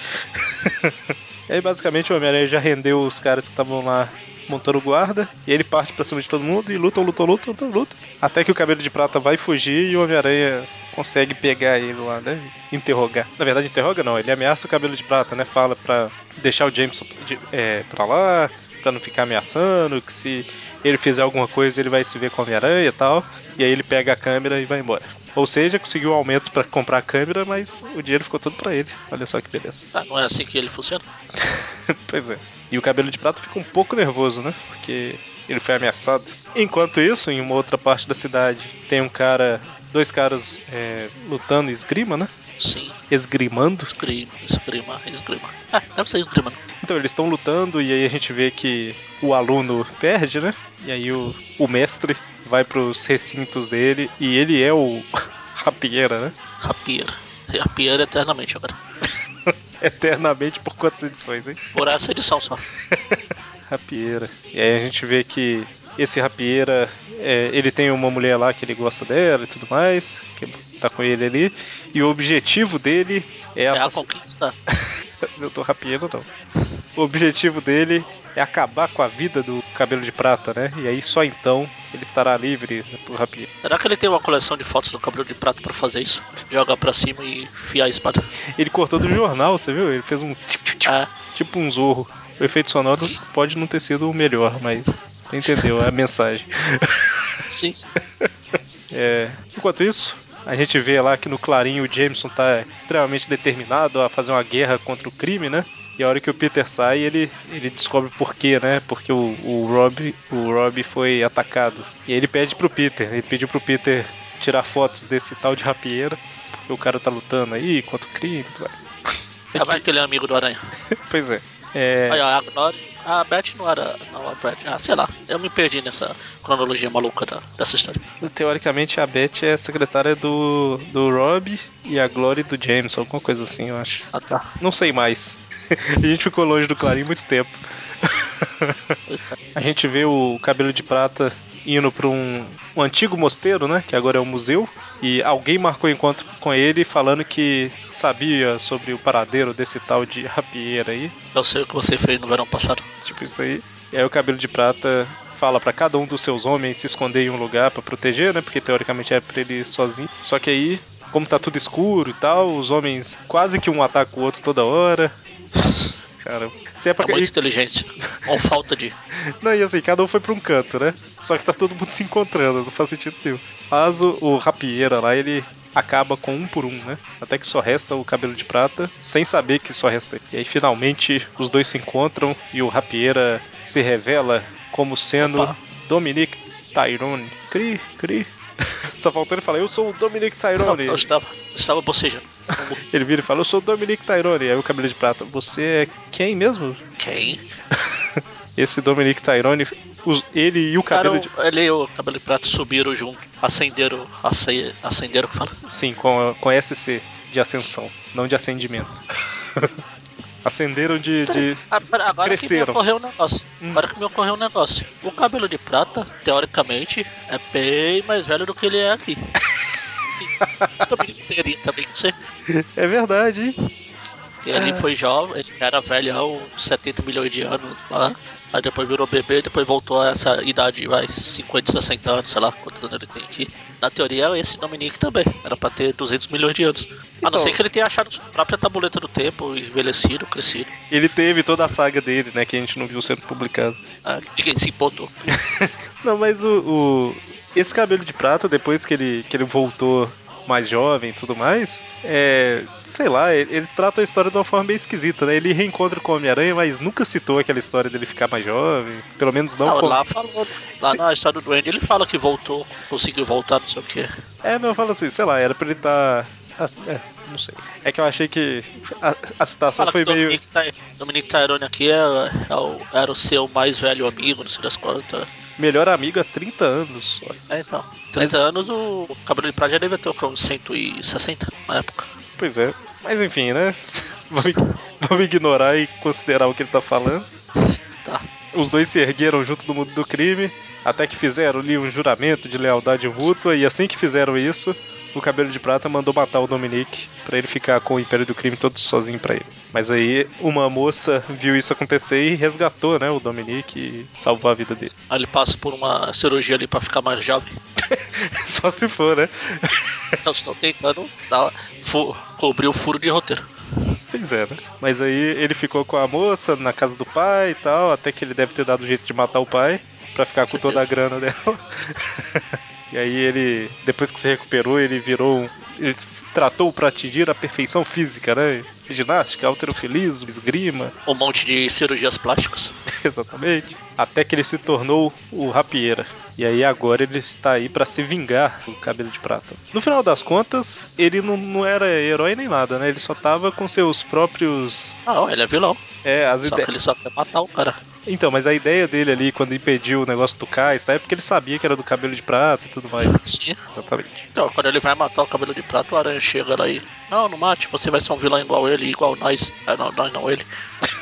E aí, basicamente, o Homem-Aranha já rendeu os caras que estavam lá montando guarda, e ele parte pra cima de todo mundo e luta. Até que o Cabelo de Prata vai fugir e o Homem-Aranha consegue pegar ele lá, né? Interrogar. Na verdade, interroga não, ele ameaça o Cabelo de Prata, né? Fala pra deixar o Jameson pra lá, pra não ficar ameaçando, que se ele fizer alguma coisa ele vai se ver com o Homem-Aranha e tal. E aí ele pega a câmera e vai embora. Ou seja, conseguiu um aumento pra comprar a câmera, mas o dinheiro ficou todo pra ele. Olha só que beleza. Ah, não é assim que ele funciona? Pois é. E o Cabelo de Prata fica um pouco nervoso, né? Porque ele foi ameaçado. Enquanto isso, em uma outra parte da cidade, tem dois caras lutando esgrima, né? Sim. Esgrimando. Esgrima. Ah, deve ser esgrima, não. Então eles estão lutando e aí a gente vê que o aluno perde, né? E aí o mestre vai pros recintos dele e ele é o rapieira, né? Rapieira. Rapieira eternamente agora. Eternamente por quantas edições, hein? Por essa edição só. Rapieira. E aí a gente vê que esse Rapieira, ele tem uma mulher lá que ele gosta dela e tudo mais, que tá com ele ali, e o objetivo dele é É a assassinar. conquista. Eu tô Rapieira, não. O objetivo dele é acabar com a vida do Cabelo de Prata, né? E aí só então ele estará livre pro Rapieira. Será que ele tem uma coleção de fotos do cabelo de prata pra fazer isso? Jogar pra cima e fiar a espada. Ele cortou do jornal, você viu? Ele fez um É, tipo um zorro. O efeito sonoro pode não ter sido o melhor, mas você entendeu a mensagem. sim, sim. Enquanto isso, a gente vê lá que no Clarim o Jameson tá extremamente determinado a fazer uma guerra contra o crime, né? E a hora que o Peter sai, ele descobre por quê, né? Porque o Rob foi atacado. E aí ele pede pro Peter, ele pediu pro Peter tirar fotos desse tal de rapieira, porque o cara tá lutando aí contra o crime e tudo mais. Vai que ele é amigo do Aranha. Pois é. Aí, ó, a Glory. A Beth não era. Não, a Beth. Ah, sei lá. Eu me perdi nessa cronologia maluca dessa história. Teoricamente a Beth é secretária do Rob e a Glory do James, alguma coisa assim, eu acho. Ah, tá. Não sei mais. A gente ficou longe do Clarim muito tempo. A gente vê o Cabelo de Prata indo para um antigo mosteiro, né? Que agora é um museu. E alguém marcou encontro com ele falando que sabia sobre o paradeiro desse tal de rapieira aí. Eu sei o que você fez no verão passado. Tipo isso aí. E aí o Cabelo de Prata fala para cada um dos seus homens se esconder em um lugar para proteger, né? Porque teoricamente é pra ele ir sozinho. Só que aí, como tá tudo escuro e tal, os homens quase que um ataca o outro toda hora. Cara, se é pra... É muita inteligência. Ou falta de. Não, e assim, cada um foi pra um canto, né? Só que tá todo mundo se encontrando, não faz sentido nenhum. Mas o rapieira lá, ele acaba com um por um, né? Até que só resta o Cabelo de Prata, sem saber que só resta ele. E aí finalmente os dois se encontram e o rapieira se revela como sendo Opa. Dominic Tyrone. Cri, cri. Só faltou ele falar, eu sou o Dominic Não, eu Tyrone. estava bocejando. Ele vira e fala, eu sou o Dominic Tyrone. Aí o Cabelo de Prata, você é quem mesmo? Quem? Esse Dominic Tyrone, ele e o Cabelo de... Ele e o Cabelo de Prata subiram junto. Acenderam que fala. Sim, com SC de ascensão, não de ascendimento. Ascenderam de. Pera, agora que me Cresceram. ocorreu um negócio. Hum. Agora que me ocorreu um negócio. O Cabelo de Prata, teoricamente, é bem mais velho do que ele é aqui. Isso também teria também que ser. É verdade, hein? Porque ele foi jovem, ele era velhão, 70 milhões de anos lá. Aí depois virou bebê, depois voltou a essa idade, vai, 50, 60 anos, sei lá quantos anos ele tem aqui. Na teoria, esse Dominique também, era pra ter 200 milhões de anos. A não ser Então, que ele tenha achado sua própria tabuleta do tempo, envelhecido, crescido. ele teve toda a saga dele, né? Que a gente não viu sendo publicado. Ah, ninguém se importou. Não, mas esse cabelo de prata, depois que ele voltou mais jovem e tudo mais, sei lá, eles tratam a história de uma forma bem esquisita, né? Ele reencontra com o Homem-Aranha, mas nunca citou aquela história dele ficar mais jovem. Pelo menos não Não, como. lá falou, lá na história do Andy, ele fala que voltou, conseguiu voltar, não sei o quê. Mas eu falo assim, sei lá, era pra ele estar. Não sei. É que eu achei que a citação Fala que foi meio. Dominique Tyrone aqui era o seu mais velho amigo, não sei das quantas. Melhor amigo há 30 anos. Então, Mas, 30 anos o Cabelo de Prata já devia ter uns 160 na época. pois é. Mas enfim, né? Vamos, vamos ignorar e considerar o que ele tá falando. Tá. Os dois se ergueram junto do mundo do crime, até que fizeram ali um juramento de lealdade mútua, e assim que fizeram isso, o Cabelo de Prata mandou matar o Dominique pra ele ficar com o Império do Crime todo sozinho pra ele. Mas aí uma moça viu isso acontecer e resgatou, né, o Dominique e salvou a vida dele. Aí ele passa por uma cirurgia ali pra ficar mais jovem. Só se for, né? Então estão tentando cobrir o furo de roteiro. Pois é, né? Mas aí ele ficou com a moça na casa do pai e tal, até que ele deve ter dado um jeito de matar o pai pra ficar Com com toda a certeza. grana dela. E aí ele, depois que se recuperou, ele virou ele se tratou para atingir a perfeição física, né? Ginástica, halterofilismo, esgrima, Um monte de cirurgias plásticas. exatamente. Até que ele se tornou o rapieira. E aí agora ele está aí para se vingar do Cabelo de Prata. No final das contas, ele não era herói nem nada, né? Ele só tava com seus próprios... Não, ele é vilão. As Só que ideias... ele só quer matar o cara. Então, mas a ideia dele ali, quando impediu o negócio do Cais, tá? É porque ele sabia que era do Cabelo de Prata e tudo mais. Sim. Exatamente. Então, quando ele vai matar o Cabelo de Prata, o Aranha chega lá e... Não, não mate, você vai ser um vilão igual ele, igual nós. Não, nós não, ele.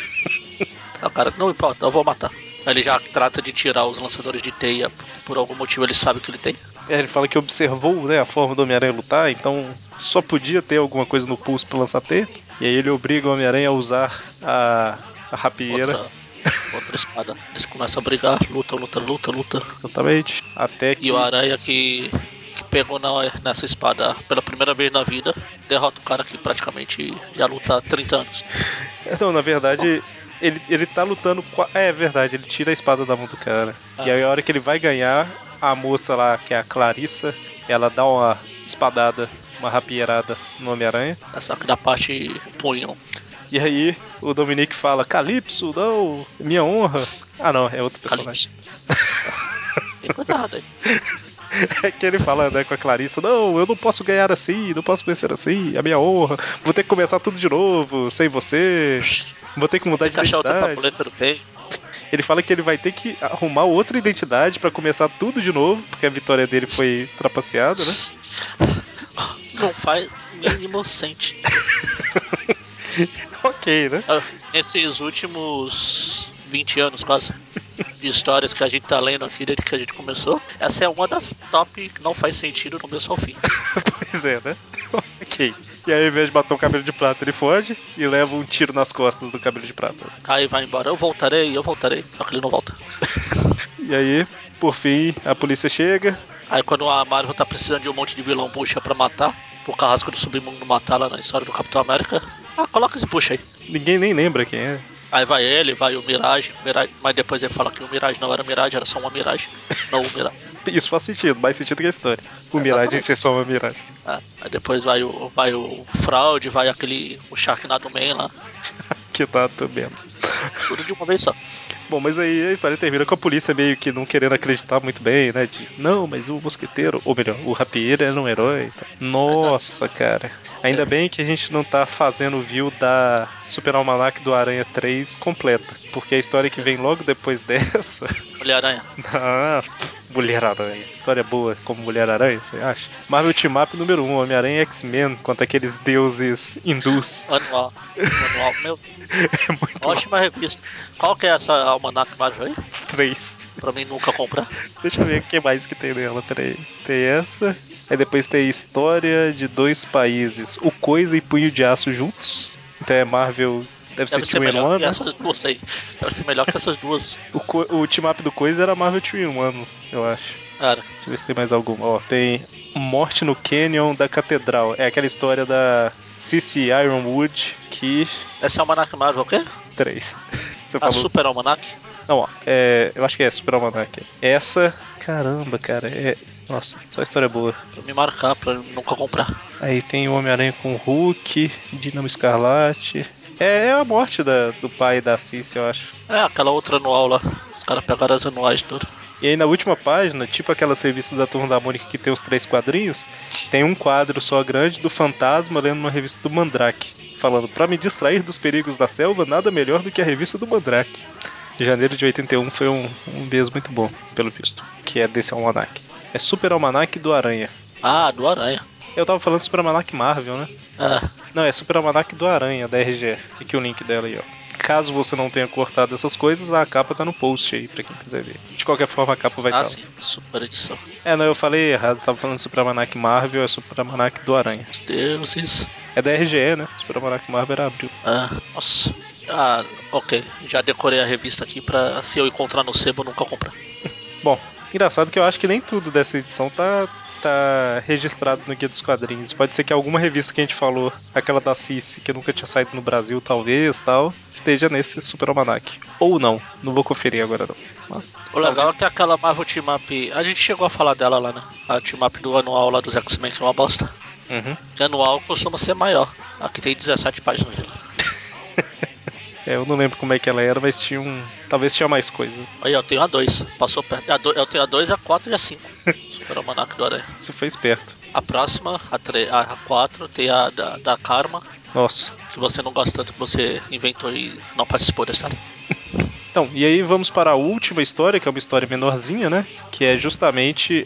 Aí o cara, não importa, eu vou matar. Aí ele já trata de tirar os lançadores de teia, porque por algum motivo ele sabe que ele tem. Ele fala que observou, né, a forma do Homem-Aranha lutar, então só podia ter alguma coisa no pulso pra lançar T. E aí ele obriga o Homem-Aranha a usar a rapieira. Outra espada. Eles começam a brigar, luta, luta, luta, luta. Exatamente. Até E o que. Aranha que pegou nessa espada pela primeira vez na vida, derrota o cara que praticamente já luta há 30 anos. Então, na verdade, ele tá lutando. É verdade, ele tira a espada da mão do cara. E Ah, aí a hora que ele vai ganhar, a moça lá, que é a Clarissa, ela dá uma espadada, uma rapieirada no Homem-Aranha. só que da parte punho. E aí o Dominique fala, Calypso, não, minha honra. Ah não, é outro personagem. Calypso. Tem coisa errada aí. É que ele fala, né, com a Clarissa, não, eu não posso ganhar assim, não posso vencer assim, a minha honra, vou ter que começar tudo de novo, sem você, vou ter que mudar Tem de que achar outra identidade. tabuleta do bem. Ele fala que ele vai ter que arrumar outra identidade pra começar tudo de novo, porque a vitória dele foi trapaceada, né? Não faz mínimo sentido. Ok, né? Nesses últimos 20 anos, quase, de histórias que a gente tá lendo aqui desde que a gente começou, essa é uma das top que não faz sentido do começo ao fim. Pois é, né? Ok. E aí, ao invés de bater o cabelo de prata, ele foge e leva um tiro nas costas do cabelo de prata. Aí vai embora, eu voltarei, só que ele não volta. E aí, por fim, a polícia chega. Aí quando a Marvel tá precisando de um monte de vilão bucha pra matar, pro carrasco do submundo matar lá na história do Capitão América, coloca esse bucha aí. Ninguém nem lembra quem é. Aí vai ele, vai o Mirage, mas depois ele fala que o Mirage não era Mirage, era só uma Mirage. Não o Mirage. Isso faz sentido, mais sentido que a história. O Mirage Exatamente. ser só uma miragem. Aí depois vai o Fraud, vai o Sharknado Man lá. Que tá também. Tudo de uma vez só. Bom, mas aí a história termina com a polícia meio que não querendo acreditar muito bem, né? De, não, mas o mosqueteiro, ou melhor, o rapieiro era um herói. Tá? Nossa, cara. Ainda bem que a gente não tá fazendo o view da Super Almanac do Aranha 3 completa. Porque a história que vem logo depois dessa. Mulher-Aranha. Ah, Mulher-Aranha. História boa como Mulher-Aranha, você acha? Marvel Team Up número 1, Homem-Aranha e X-Men, contra aqueles deuses hindus. Anual. Anual. Meu, É muito ótima revista. Qual que é essa Almanac Marvel aí? 3. Pra mim nunca comprar. Deixa eu ver o que mais que tem nela. Peraí. Tem essa. Aí depois tem História de Dois Países. O Coisa e Punho de Aço juntos. Então é Marvel. Deve ser Deve ser 2 in melhor 1, que né? essas duas aí. Deve ser melhor que essas duas. O team up do Coisa era Marvel 2 in 1, eu acho. Cara, Deixa eu ver se tem mais alguma. Ó, tem Morte no Canyon da Catedral. É aquela história da Cici Ironwood que. essa é Almanac Marvel o quê? 3. Você A falou. Super Almanac? Não, ó, eu acho que é Super Almanac. Essa. Caramba, cara. Nossa, só história boa. Pra me marcar, pra nunca comprar. Aí tem o Homem-Aranha com o Hulk, Dinamo Escarlate. É a morte do pai da Cici, eu acho. É, aquela outra anual lá. Os caras pegaram as anuais tudo. E aí na última página, tipo aquelas revistas da Turma da Mônica que tem os 3 quadrinhos, tem um quadro só grande do Fantasma lendo uma revista do Mandrake, falando: "Pra me distrair dos perigos da selva, nada melhor do que a revista do Mandrake." Janeiro de 81 foi um mês muito bom, pelo visto, que é desse almanac. É Super Almanac do Aranha. Ah, do Aranha. Eu tava falando Super Almanac Marvel, né? É, Não, é Super Almanac do Aranha, da RG. Aqui o link dela aí, ó. Caso você não tenha cortado essas coisas, a capa tá no post aí, pra quem quiser ver. De qualquer forma, a capa vai estar lá. sim, super edição. Não, eu falei errado, tava falando Super Almanac Marvel, é Super Almanac do Aranha. Os deuses. É da RGE, né? Super Almanac Marvel era abril. Nossa. Ok. Já decorei a revista aqui pra se eu encontrar no sebo eu nunca comprar. Bom, engraçado que eu acho que nem tudo dessa edição tá registrado no Guia dos Quadrinhos. Pode ser que alguma revista que a gente falou, aquela da Cici, que nunca tinha saído no Brasil, talvez, tal, esteja nesse Super Almanac. Ou não vou conferir agora não. Mas, O legal talvez. é que aquela Marvel Team Up. A gente chegou a falar dela lá, né? A Team Up do anual lá dos X-Men, que é uma bosta. Uhum. Que anual costuma ser maior. Aqui tem 17 páginas dela. Eu não lembro como é que ela era, mas tinha um. Talvez tinha mais coisa. Aí, eu tenho a 2. Passou perto. Eu tenho a 2, a 4 e a 5. Super Almanac do Aranha. Isso foi esperto. A próxima, a 4, tem a da Karma. Nossa. Que você não gosta tanto, que você inventou e não participou da história. Então, e aí vamos para a última história, que é uma história menorzinha, né? Que é justamente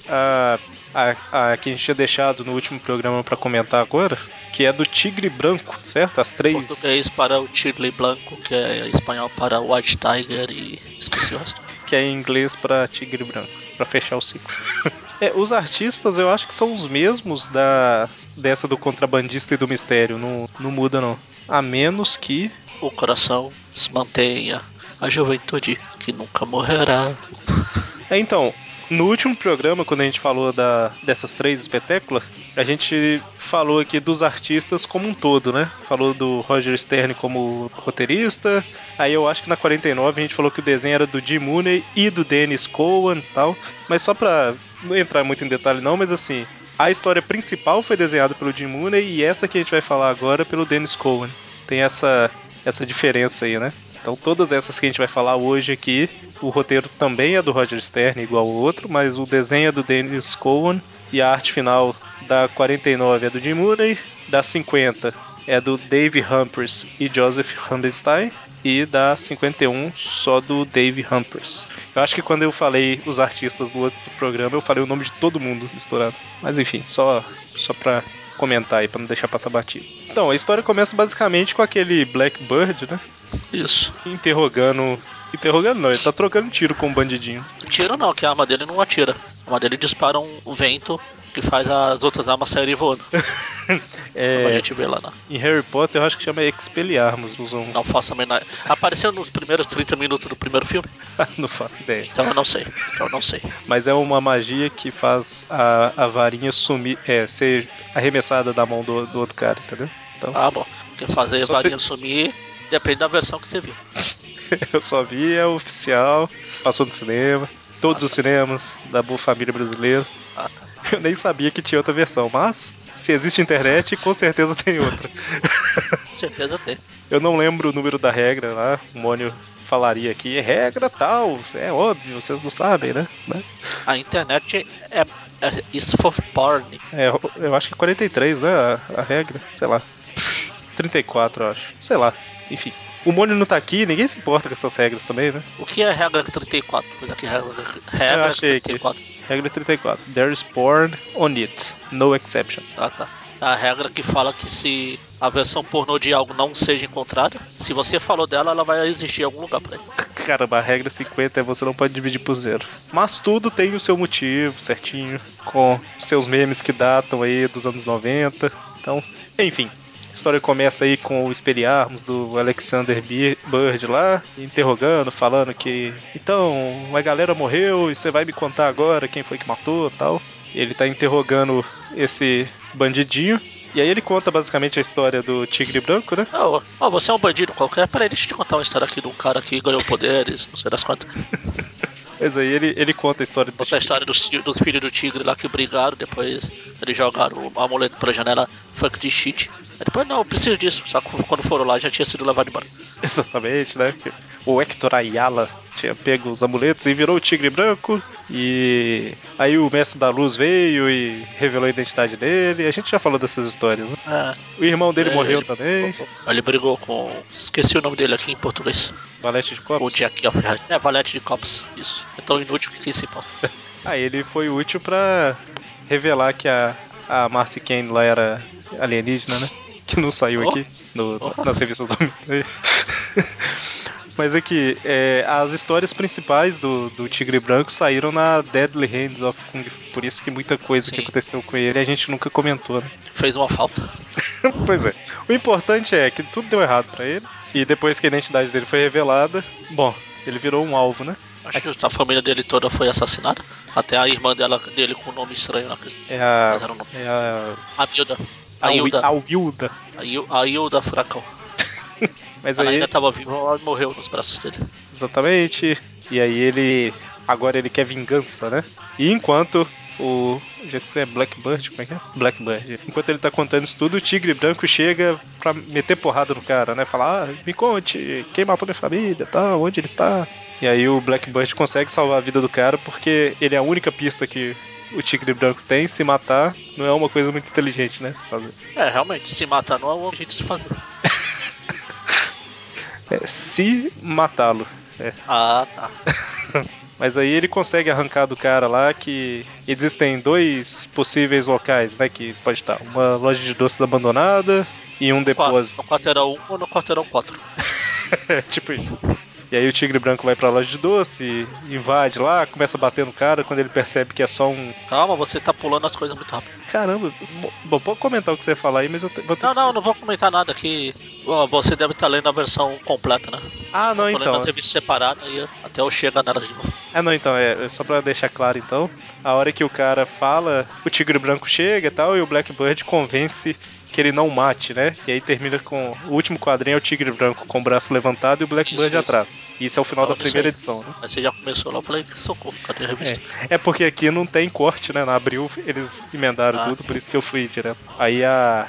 a que a gente tinha deixado no último programa para comentar agora, que é do Tigre Branco, certo? As três. Português para o Tigre Blanco, que é espanhol para White Tiger e esqueci o resto. Que é em inglês para Tigre Branco, para fechar o ciclo. Os artistas eu acho que são os mesmos dessa do contrabandista e do mistério, não muda não. A menos que. O coração se mantenha, a juventude que nunca morrerá. Então, no último programa, quando a gente falou dessas 3 espetáculas, a gente falou aqui dos artistas como um todo, né? Falou do Roger Stern como roteirista. Aí eu acho que na 49 a gente falou que o desenho era do Jim Mooney e do Dennis Cowan e tal. Mas só pra não entrar muito em detalhe não, mas assim, a história principal foi desenhada pelo Jim Mooney e essa que a gente vai falar agora pelo Dennis Cowan. Tem essa diferença aí, né? Então todas essas que a gente vai falar hoje aqui, o roteiro também é do Roger Stern, igual o outro, mas o desenho é do Dennis Cowan e a arte final da 49 é do Jim Mooney, da 50 é do Dave Humphries e Joseph Hammerstein, e da 51 só do Dave Humphries. Eu acho que quando eu falei os artistas do outro programa, eu falei o nome de todo mundo misturado. Mas enfim, só pra comentar aí, pra não deixar passar batido. Então, a história começa basicamente com aquele Blackbird, né? Isso. Interrogando. Interrogando não, ele tá trocando tiro com um bandidinho. Tiro não, que a arma dele não atira. A arma dele dispara um vento que faz as outras armas saírem voando. Como a gente vê lá, né? Em Harry Potter eu acho que chama Expelliarmus. Usam... Não faço a menor. Apareceu nos primeiros 30 minutos do primeiro filme? Não faço ideia. Então eu não sei. Então eu não sei. Mas é uma magia que faz a varinha sumir, ser arremessada da mão do outro cara, entendeu? Então, Ah, bom. Porque fazer só pra varinha sumir depende da versão que você viu. eu só vi é o oficial, passou no cinema, todos Ah, os tá. cinemas da boa família brasileira. Ah, tá. Eu nem sabia que tinha outra versão, mas se existe internet, com certeza tem outra. Com certeza tem. Eu não lembro o número da regra lá, o Mônio falaria aqui, é regra tal, é óbvio, vocês não sabem, né? Mas, A internet é is for porn. eu acho que é 43, né, a regra, sei lá. 34, eu acho. Sei lá, enfim. O Mônio não tá aqui, ninguém se importa com essas regras também, né? O que é regra 34? Pois aqui, Eu regra achei aqui. 34. Regra 34. There is porn on it. No exception. Ah, tá. É a regra que fala que se a versão pornô de algo não seja encontrada, se você falou dela, ela vai existir em algum lugar por aí. Caramba, a regra 50 é você não pode dividir por zero. Mas tudo tem o seu motivo certinho, com seus memes que datam aí dos anos 90. Então, enfim. A história começa aí com o Expelliarmus do Alexander Bird lá, interrogando, falando que então, a galera morreu e você vai me contar agora quem foi que matou, tal. Ele tá interrogando esse bandidinho. E aí ele conta basicamente a história do Tigre Branco, né? Você é um bandido qualquer. Peraí, deixa eu te contar uma história aqui de um cara que ganhou poderes, não sei das quantas. Mas aí ele conta a história do Conta a Tigre. história dos filhos do tigre lá que brigaram, depois eles jogaram o amuleto pela janela, fuck de shit. Aí depois, não, eu preciso disso. Só que quando foram lá já tinha sido levado embora. Exatamente, né? Que o Hector Ayala tinha pego os amuletos e virou o Tigre Branco. E aí o Mestre da Luz veio e revelou a identidade dele. A gente já falou dessas histórias, né? É, O irmão dele morreu ele, também. ele brigou com. Esqueci o nome dele aqui em português. Valete de O Copos. Jack of Heart. É, Valete de Cops. Isso. É tão inútil que quem se importa. Aí ele foi útil pra revelar que a Marcy Kane lá era alienígena, né? Que não saiu Oh, aqui oh. nas revistas do Homem-Aranha. Mas é que as histórias principais do Tigre Branco saíram na Deadly Hands of Kung Fu. Por isso que muita coisa que Sim. aconteceu com ele a gente nunca comentou, né? Fez uma falta. Pois é. O importante é que tudo deu errado pra ele. E depois que a identidade dele foi revelada, bom, ele virou um alvo, né? Acho que a família dele toda foi assassinada. Até a irmã dele com um nome estranho lá. É a. Mas era o nome. É a. A Hilda. A Hilda. A Wilda. A Hilda Furacão. Mas Ela ainda aí, estava viva, ela morreu nos braços dele. exatamente. E aí ele. Agora ele quer vingança, né? E enquanto o. Já esqueci, é Blackbird? Como é que é? Blackbird. Enquanto ele tá contando isso tudo, o Tigre Branco chega pra meter porrada no cara, né? Falar, me conte, quem matou minha família, tal, onde ele tá? E aí o Blackbird consegue salvar a vida do cara porque ele é a única pista que o Tigre Branco tem. Se matar, não é uma coisa muito inteligente, né? Se fazer. É, realmente, se matar não é o jeito de se fazer. Se matá-lo. É. Ah, tá. Mas aí ele consegue arrancar do cara lá que existem dois possíveis locais, né? Que pode estar uma loja de doces abandonada e um depósito. No quarteirão 1 ou no quarteirão 4? É tipo isso. E aí o Tigre Branco vai pra loja de doce, invade lá, começa a bater no cara quando ele percebe que é só um. Calma, você tá pulando as coisas muito rápido. Caramba, bom, pode comentar o que você ia falar aí, mas eu vou ter Não, que. não, não vou comentar nada aqui. Ó, você deve estar lendo a versão completa, né? Ah, Eu não, tô lendo então. as revistas separadas e até eu chegar nelas de novo. Ah, não, então, só pra deixar claro, então, a hora que o cara fala, o Tigre Branco chega e tal, e o Blackbird convence que ele não mate, né? E aí termina com, o último quadrinho é o Tigre Branco com o braço levantado e o Blackbird Isso, isso. atrás. E isso é o final da Tava nisso primeira aí. edição, né? Mas você já começou lá, eu falei, socorro, cadê a É, revista? é porque aqui não tem corte, né? Na Abril eles emendaram Ah, tudo, por isso que eu fui direto. Aí a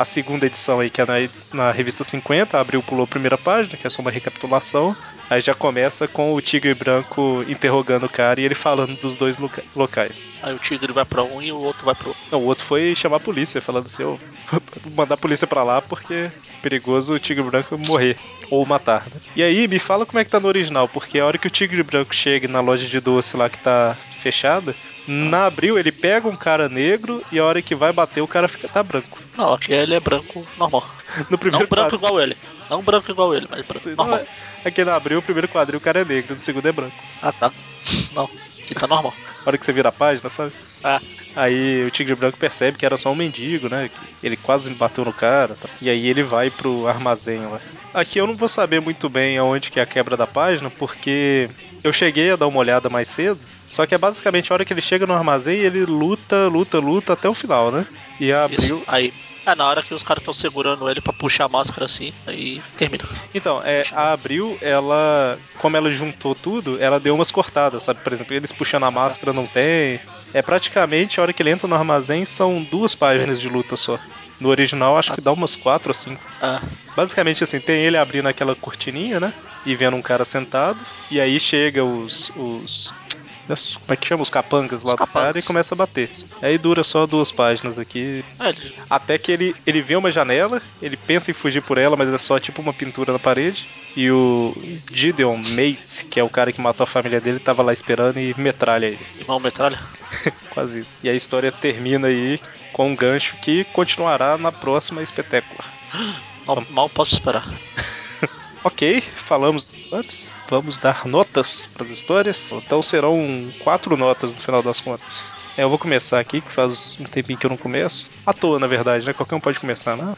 a segunda edição aí, que é na revista 50, Abril pulou a primeira página, que é só uma recapitulação. Aí já começa com o Tigre Branco interrogando o cara e ele falando dos dois locais. Aí o tigre vai pra um e o outro vai pro outro. Não, o outro foi chamar a polícia, falando assim, ô, mandar a polícia pra lá porque é perigoso o Tigre Branco morrer ou matar, né? E aí, me fala como é que tá no original, porque a hora que o Tigre Branco chega na loja de doce lá que tá fechada, na Abril ele pega um cara negro e a hora que vai bater o cara tá branco. Não, aqui ele é branco normal. No Não primeiro branco quadro, igual ele. Não branco igual ele, mas branco não, normal. aqui na Abril, o primeiro quadril o cara é negro, no segundo é branco. Ah, tá. Não, aqui tá normal. A hora que você vira a página, sabe? Ah, Aí o Tigre Branco percebe que era só um mendigo, né? Que ele quase bateu no cara. Tá? E aí ele vai pro armazém lá. Aqui eu não vou saber muito bem aonde que é a quebra da página, porque eu cheguei a dar uma olhada mais cedo. Só que é basicamente a hora que ele chega no armazém, ele luta até o final, né? E a isso. Abril. Aí. É na hora que os caras estão segurando ele pra puxar a máscara assim, aí termina. Então, a Abril, ela, como ela juntou tudo, ela deu umas cortadas, sabe? Por exemplo, eles puxando a Ah, tá. máscara não tem. É praticamente a hora que ele entra no armazém são 2 páginas de luta só. No original, acho Ah, que dá umas 4 ou 5. ah, Basicamente, assim, tem ele abrindo aquela cortininha, né? E vendo um cara sentado. E aí chega como é que chama? Os capangas os lá do cara e capangas. começa a bater. Aí dura só 2 páginas aqui. É, Até que ele vê uma janela, ele pensa em fugir por ela, mas é só tipo uma pintura na parede. E o Gideon Mace, que é o cara que matou a família dele, tava lá esperando e metralha ele. irmão metralha. Quase isso. E a história termina aí com um gancho que continuará na próxima espetácula. Mal posso esperar. Ok, falamos antes. Vamos dar notas para as histórias. Então serão 4 notas no final das contas. Eu vou começar aqui, que faz um tempinho que eu não começo. À toa, na verdade, né? Qualquer um pode começar, né?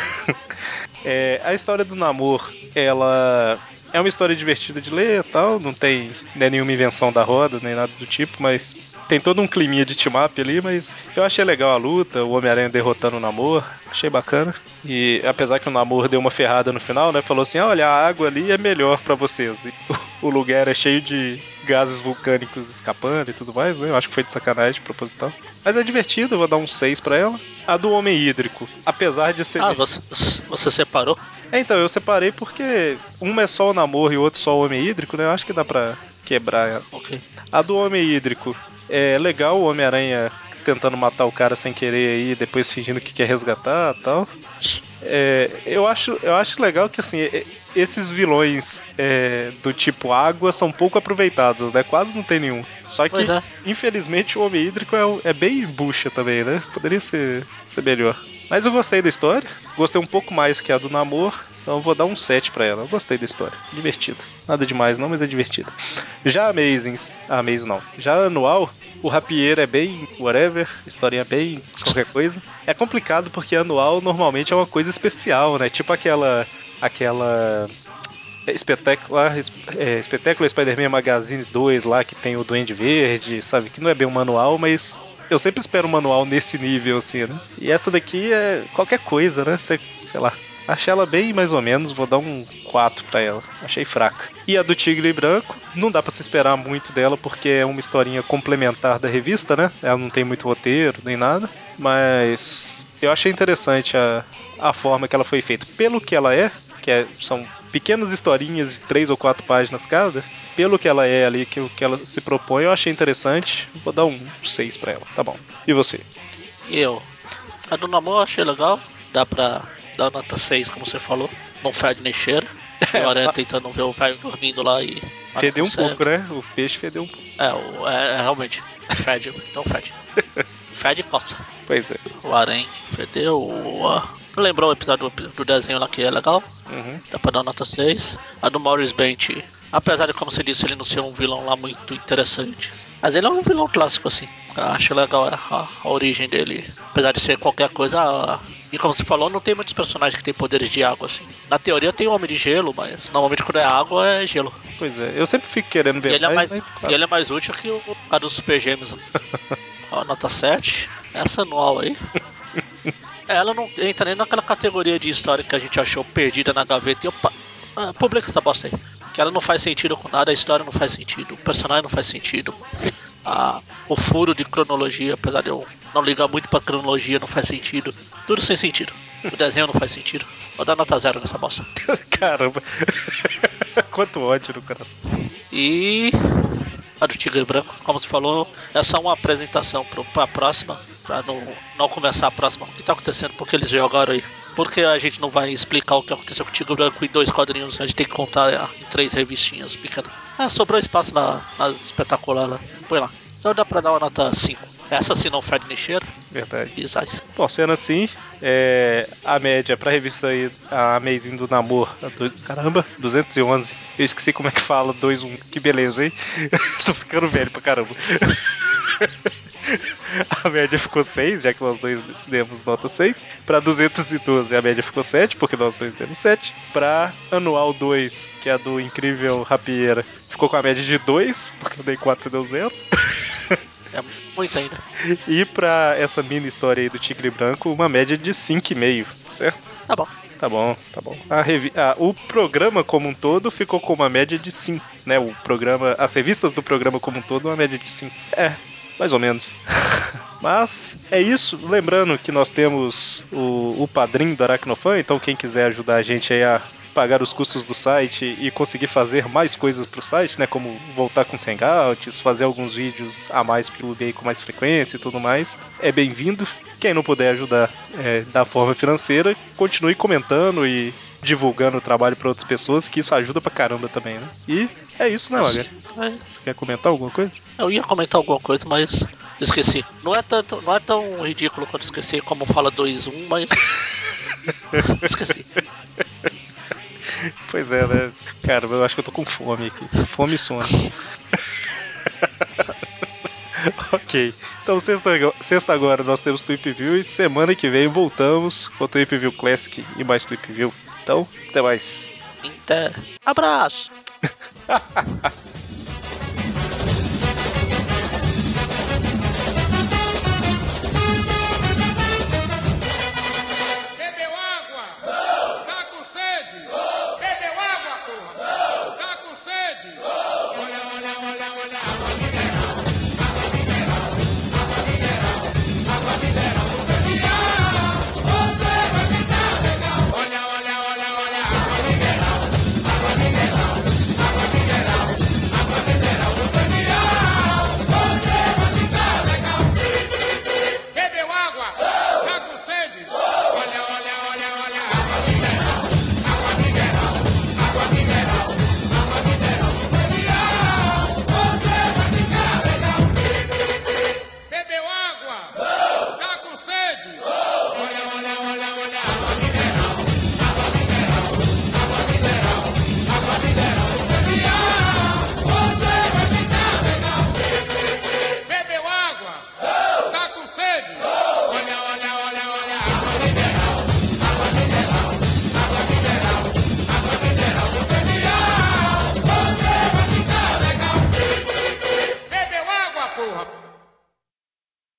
A história do Namor, ela é uma história divertida de ler e tal. Não tem nenhuma invenção da roda, nem nada do tipo, mas tem todo um climinha de team-up ali, mas eu achei legal a luta, o Homem-Aranha derrotando o Namor, achei bacana. E apesar que o Namor deu uma ferrada no final, né? Falou assim: olha, a água ali é melhor pra vocês. E o lugar é cheio de gases vulcânicos escapando e tudo mais, né? Eu acho que foi de sacanagem, proposital. Mas é divertido, eu vou dar um 6 pra ela. A do Homem Hídrico, apesar de ser. Ah, você separou? Então, eu separei porque uma é só o Namor e o outro só o Homem Hídrico, né? Eu acho que dá pra quebrar ela. Ok. A do Homem Hídrico é legal, o Homem-Aranha tentando matar o cara sem querer aí, depois fingindo que quer resgatar e tal. Eu acho legal que assim, esses vilões do tipo água são pouco aproveitados, né? Quase não tem nenhum. Só Pois que, é. infelizmente, o Homem Hídrico é bem bucha também, né? Poderia ser melhor. Mas eu gostei da história. Gostei um pouco mais que a do Namor. Então eu vou dar um 7 pra ela. Eu gostei da história. Divertido. Nada demais não, mas é divertido. Já Amazing. Amazing não. Já Anual, o rapieiro é bem whatever. Historinha é bem qualquer coisa. É complicado porque anual normalmente é uma coisa especial, né? Tipo aquela espetáculo Spider-Man Magazine 2 lá que tem o Duende Verde, sabe? Que não é bem um manual, mas eu sempre espero um manual nesse nível, assim, né? E essa daqui é qualquer coisa, né? Sei lá. Achei ela bem mais ou menos, vou dar um 4 pra ela. Achei fraca. E a do Tigre Branco, não dá pra se esperar muito dela porque é uma historinha complementar da revista, né? Ela não tem muito roteiro nem nada. Mas eu achei interessante a forma que ela foi feita. Pelo que ela são pequenas historinhas de 3 ou 4 páginas cada, pelo que ela é ali, que o que ela se propõe, eu achei interessante. Vou dar um 6 pra ela, tá bom. E você? E eu? A do namoro eu achei legal. Dá pra dar nota 6, como você falou. Não fede nem cheira. E o Aranha tentando ver o velho dormindo lá e. Mas não Fedeu um pouco, consegue. né? O peixe fedeu um pouco. Realmente. Fede, então fede. Fede e coça. Pois é. O Aranha que fedeu. Lembrou o episódio do desenho lá que é legal. Uhum. Dá pra dar nota 6. A do Maurice Bench, apesar de, como você disse, ele não ser um vilão lá muito interessante. Mas ele é um vilão clássico, assim. Eu acho legal a origem dele. Apesar de ser qualquer coisa. E como você falou, não tem muitos personagens que têm poderes de água, assim. Na teoria tem o Homem de Gelo, mas normalmente quando é água é gelo. Pois é. Eu sempre fico querendo E ver ele é mais, mais, mas e claro. ele é mais útil que o a dos Super Gêmeos. Ó, nota 7. Essa anual aí. Ela não entra nem naquela categoria de história que a gente achou perdida na gaveta e opa, publica essa bosta aí. Que ela não faz sentido com nada, a história não faz sentido, o personagem não faz sentido. O furo de cronologia, apesar de eu não ligar muito pra cronologia, não faz sentido. Tudo sem sentido. O desenho não faz sentido. Vou dar nota 0 nessa bosta. Caramba. Quanto ódio no coração. E a do Tigre Branco, como você falou, é só uma apresentação pra próxima, pra não começar a próxima. O que tá acontecendo? Por que eles jogaram aí? Porque a gente não vai explicar o que aconteceu com o Tigre Branco em 2 quadrinhos, a gente tem que contar em 3 revistinhas pequenas. Sobrou espaço na espetacular lá. Põe lá. Então dá pra dar uma nota 5. Essa sim não fede nem cheira. Verdade. E Zais. Bom, sendo assim, a média pra revista aí, a Amazing do Namor, caramba, 211. Eu esqueci como é que fala, 21. Que beleza, hein? Tô ficando velho pra caramba. A média ficou 6, já que nós dois demos nota 6. Pra 212, a média ficou 7, porque nós dois demos 7. Pra Anual 2, que é a do Incrível Rapieira, ficou com a média de 2, porque eu dei 4 e você deu 0. É muito ainda. E pra essa mini história aí do Tigre Branco, uma média de 5,5, certo? Tá bom. Tá bom, tá bom. O programa como um todo ficou com uma média de 5, né? As revistas do programa como um todo, uma média de 5. Mais ou menos. Mas é isso. Lembrando que nós temos o padrinho do Aracnofan, então quem quiser ajudar a gente aí a pagar os custos do site e conseguir fazer mais coisas pro site, né? Como voltar com os hangouts, fazer alguns vídeos a mais pro YouTube aí com mais frequência e tudo mais. É bem-vindo. Quem não puder ajudar da forma financeira, continue comentando e divulgando o trabalho para outras pessoas, que isso ajuda pra caramba também, né? E é isso, né, Maga? Você quer comentar alguma coisa? Eu ia comentar alguma coisa, mas esqueci. Não é tão ridículo quanto esqueci como fala 2-1, mas esqueci. Pois é, né? Cara, eu acho que eu tô com fome aqui. Fome e sono. Ok. Então, sexta agora nós temos Tweep View e semana que vem voltamos com o Tweep View Classic e mais Tweep View. Então, até mais. Abraço!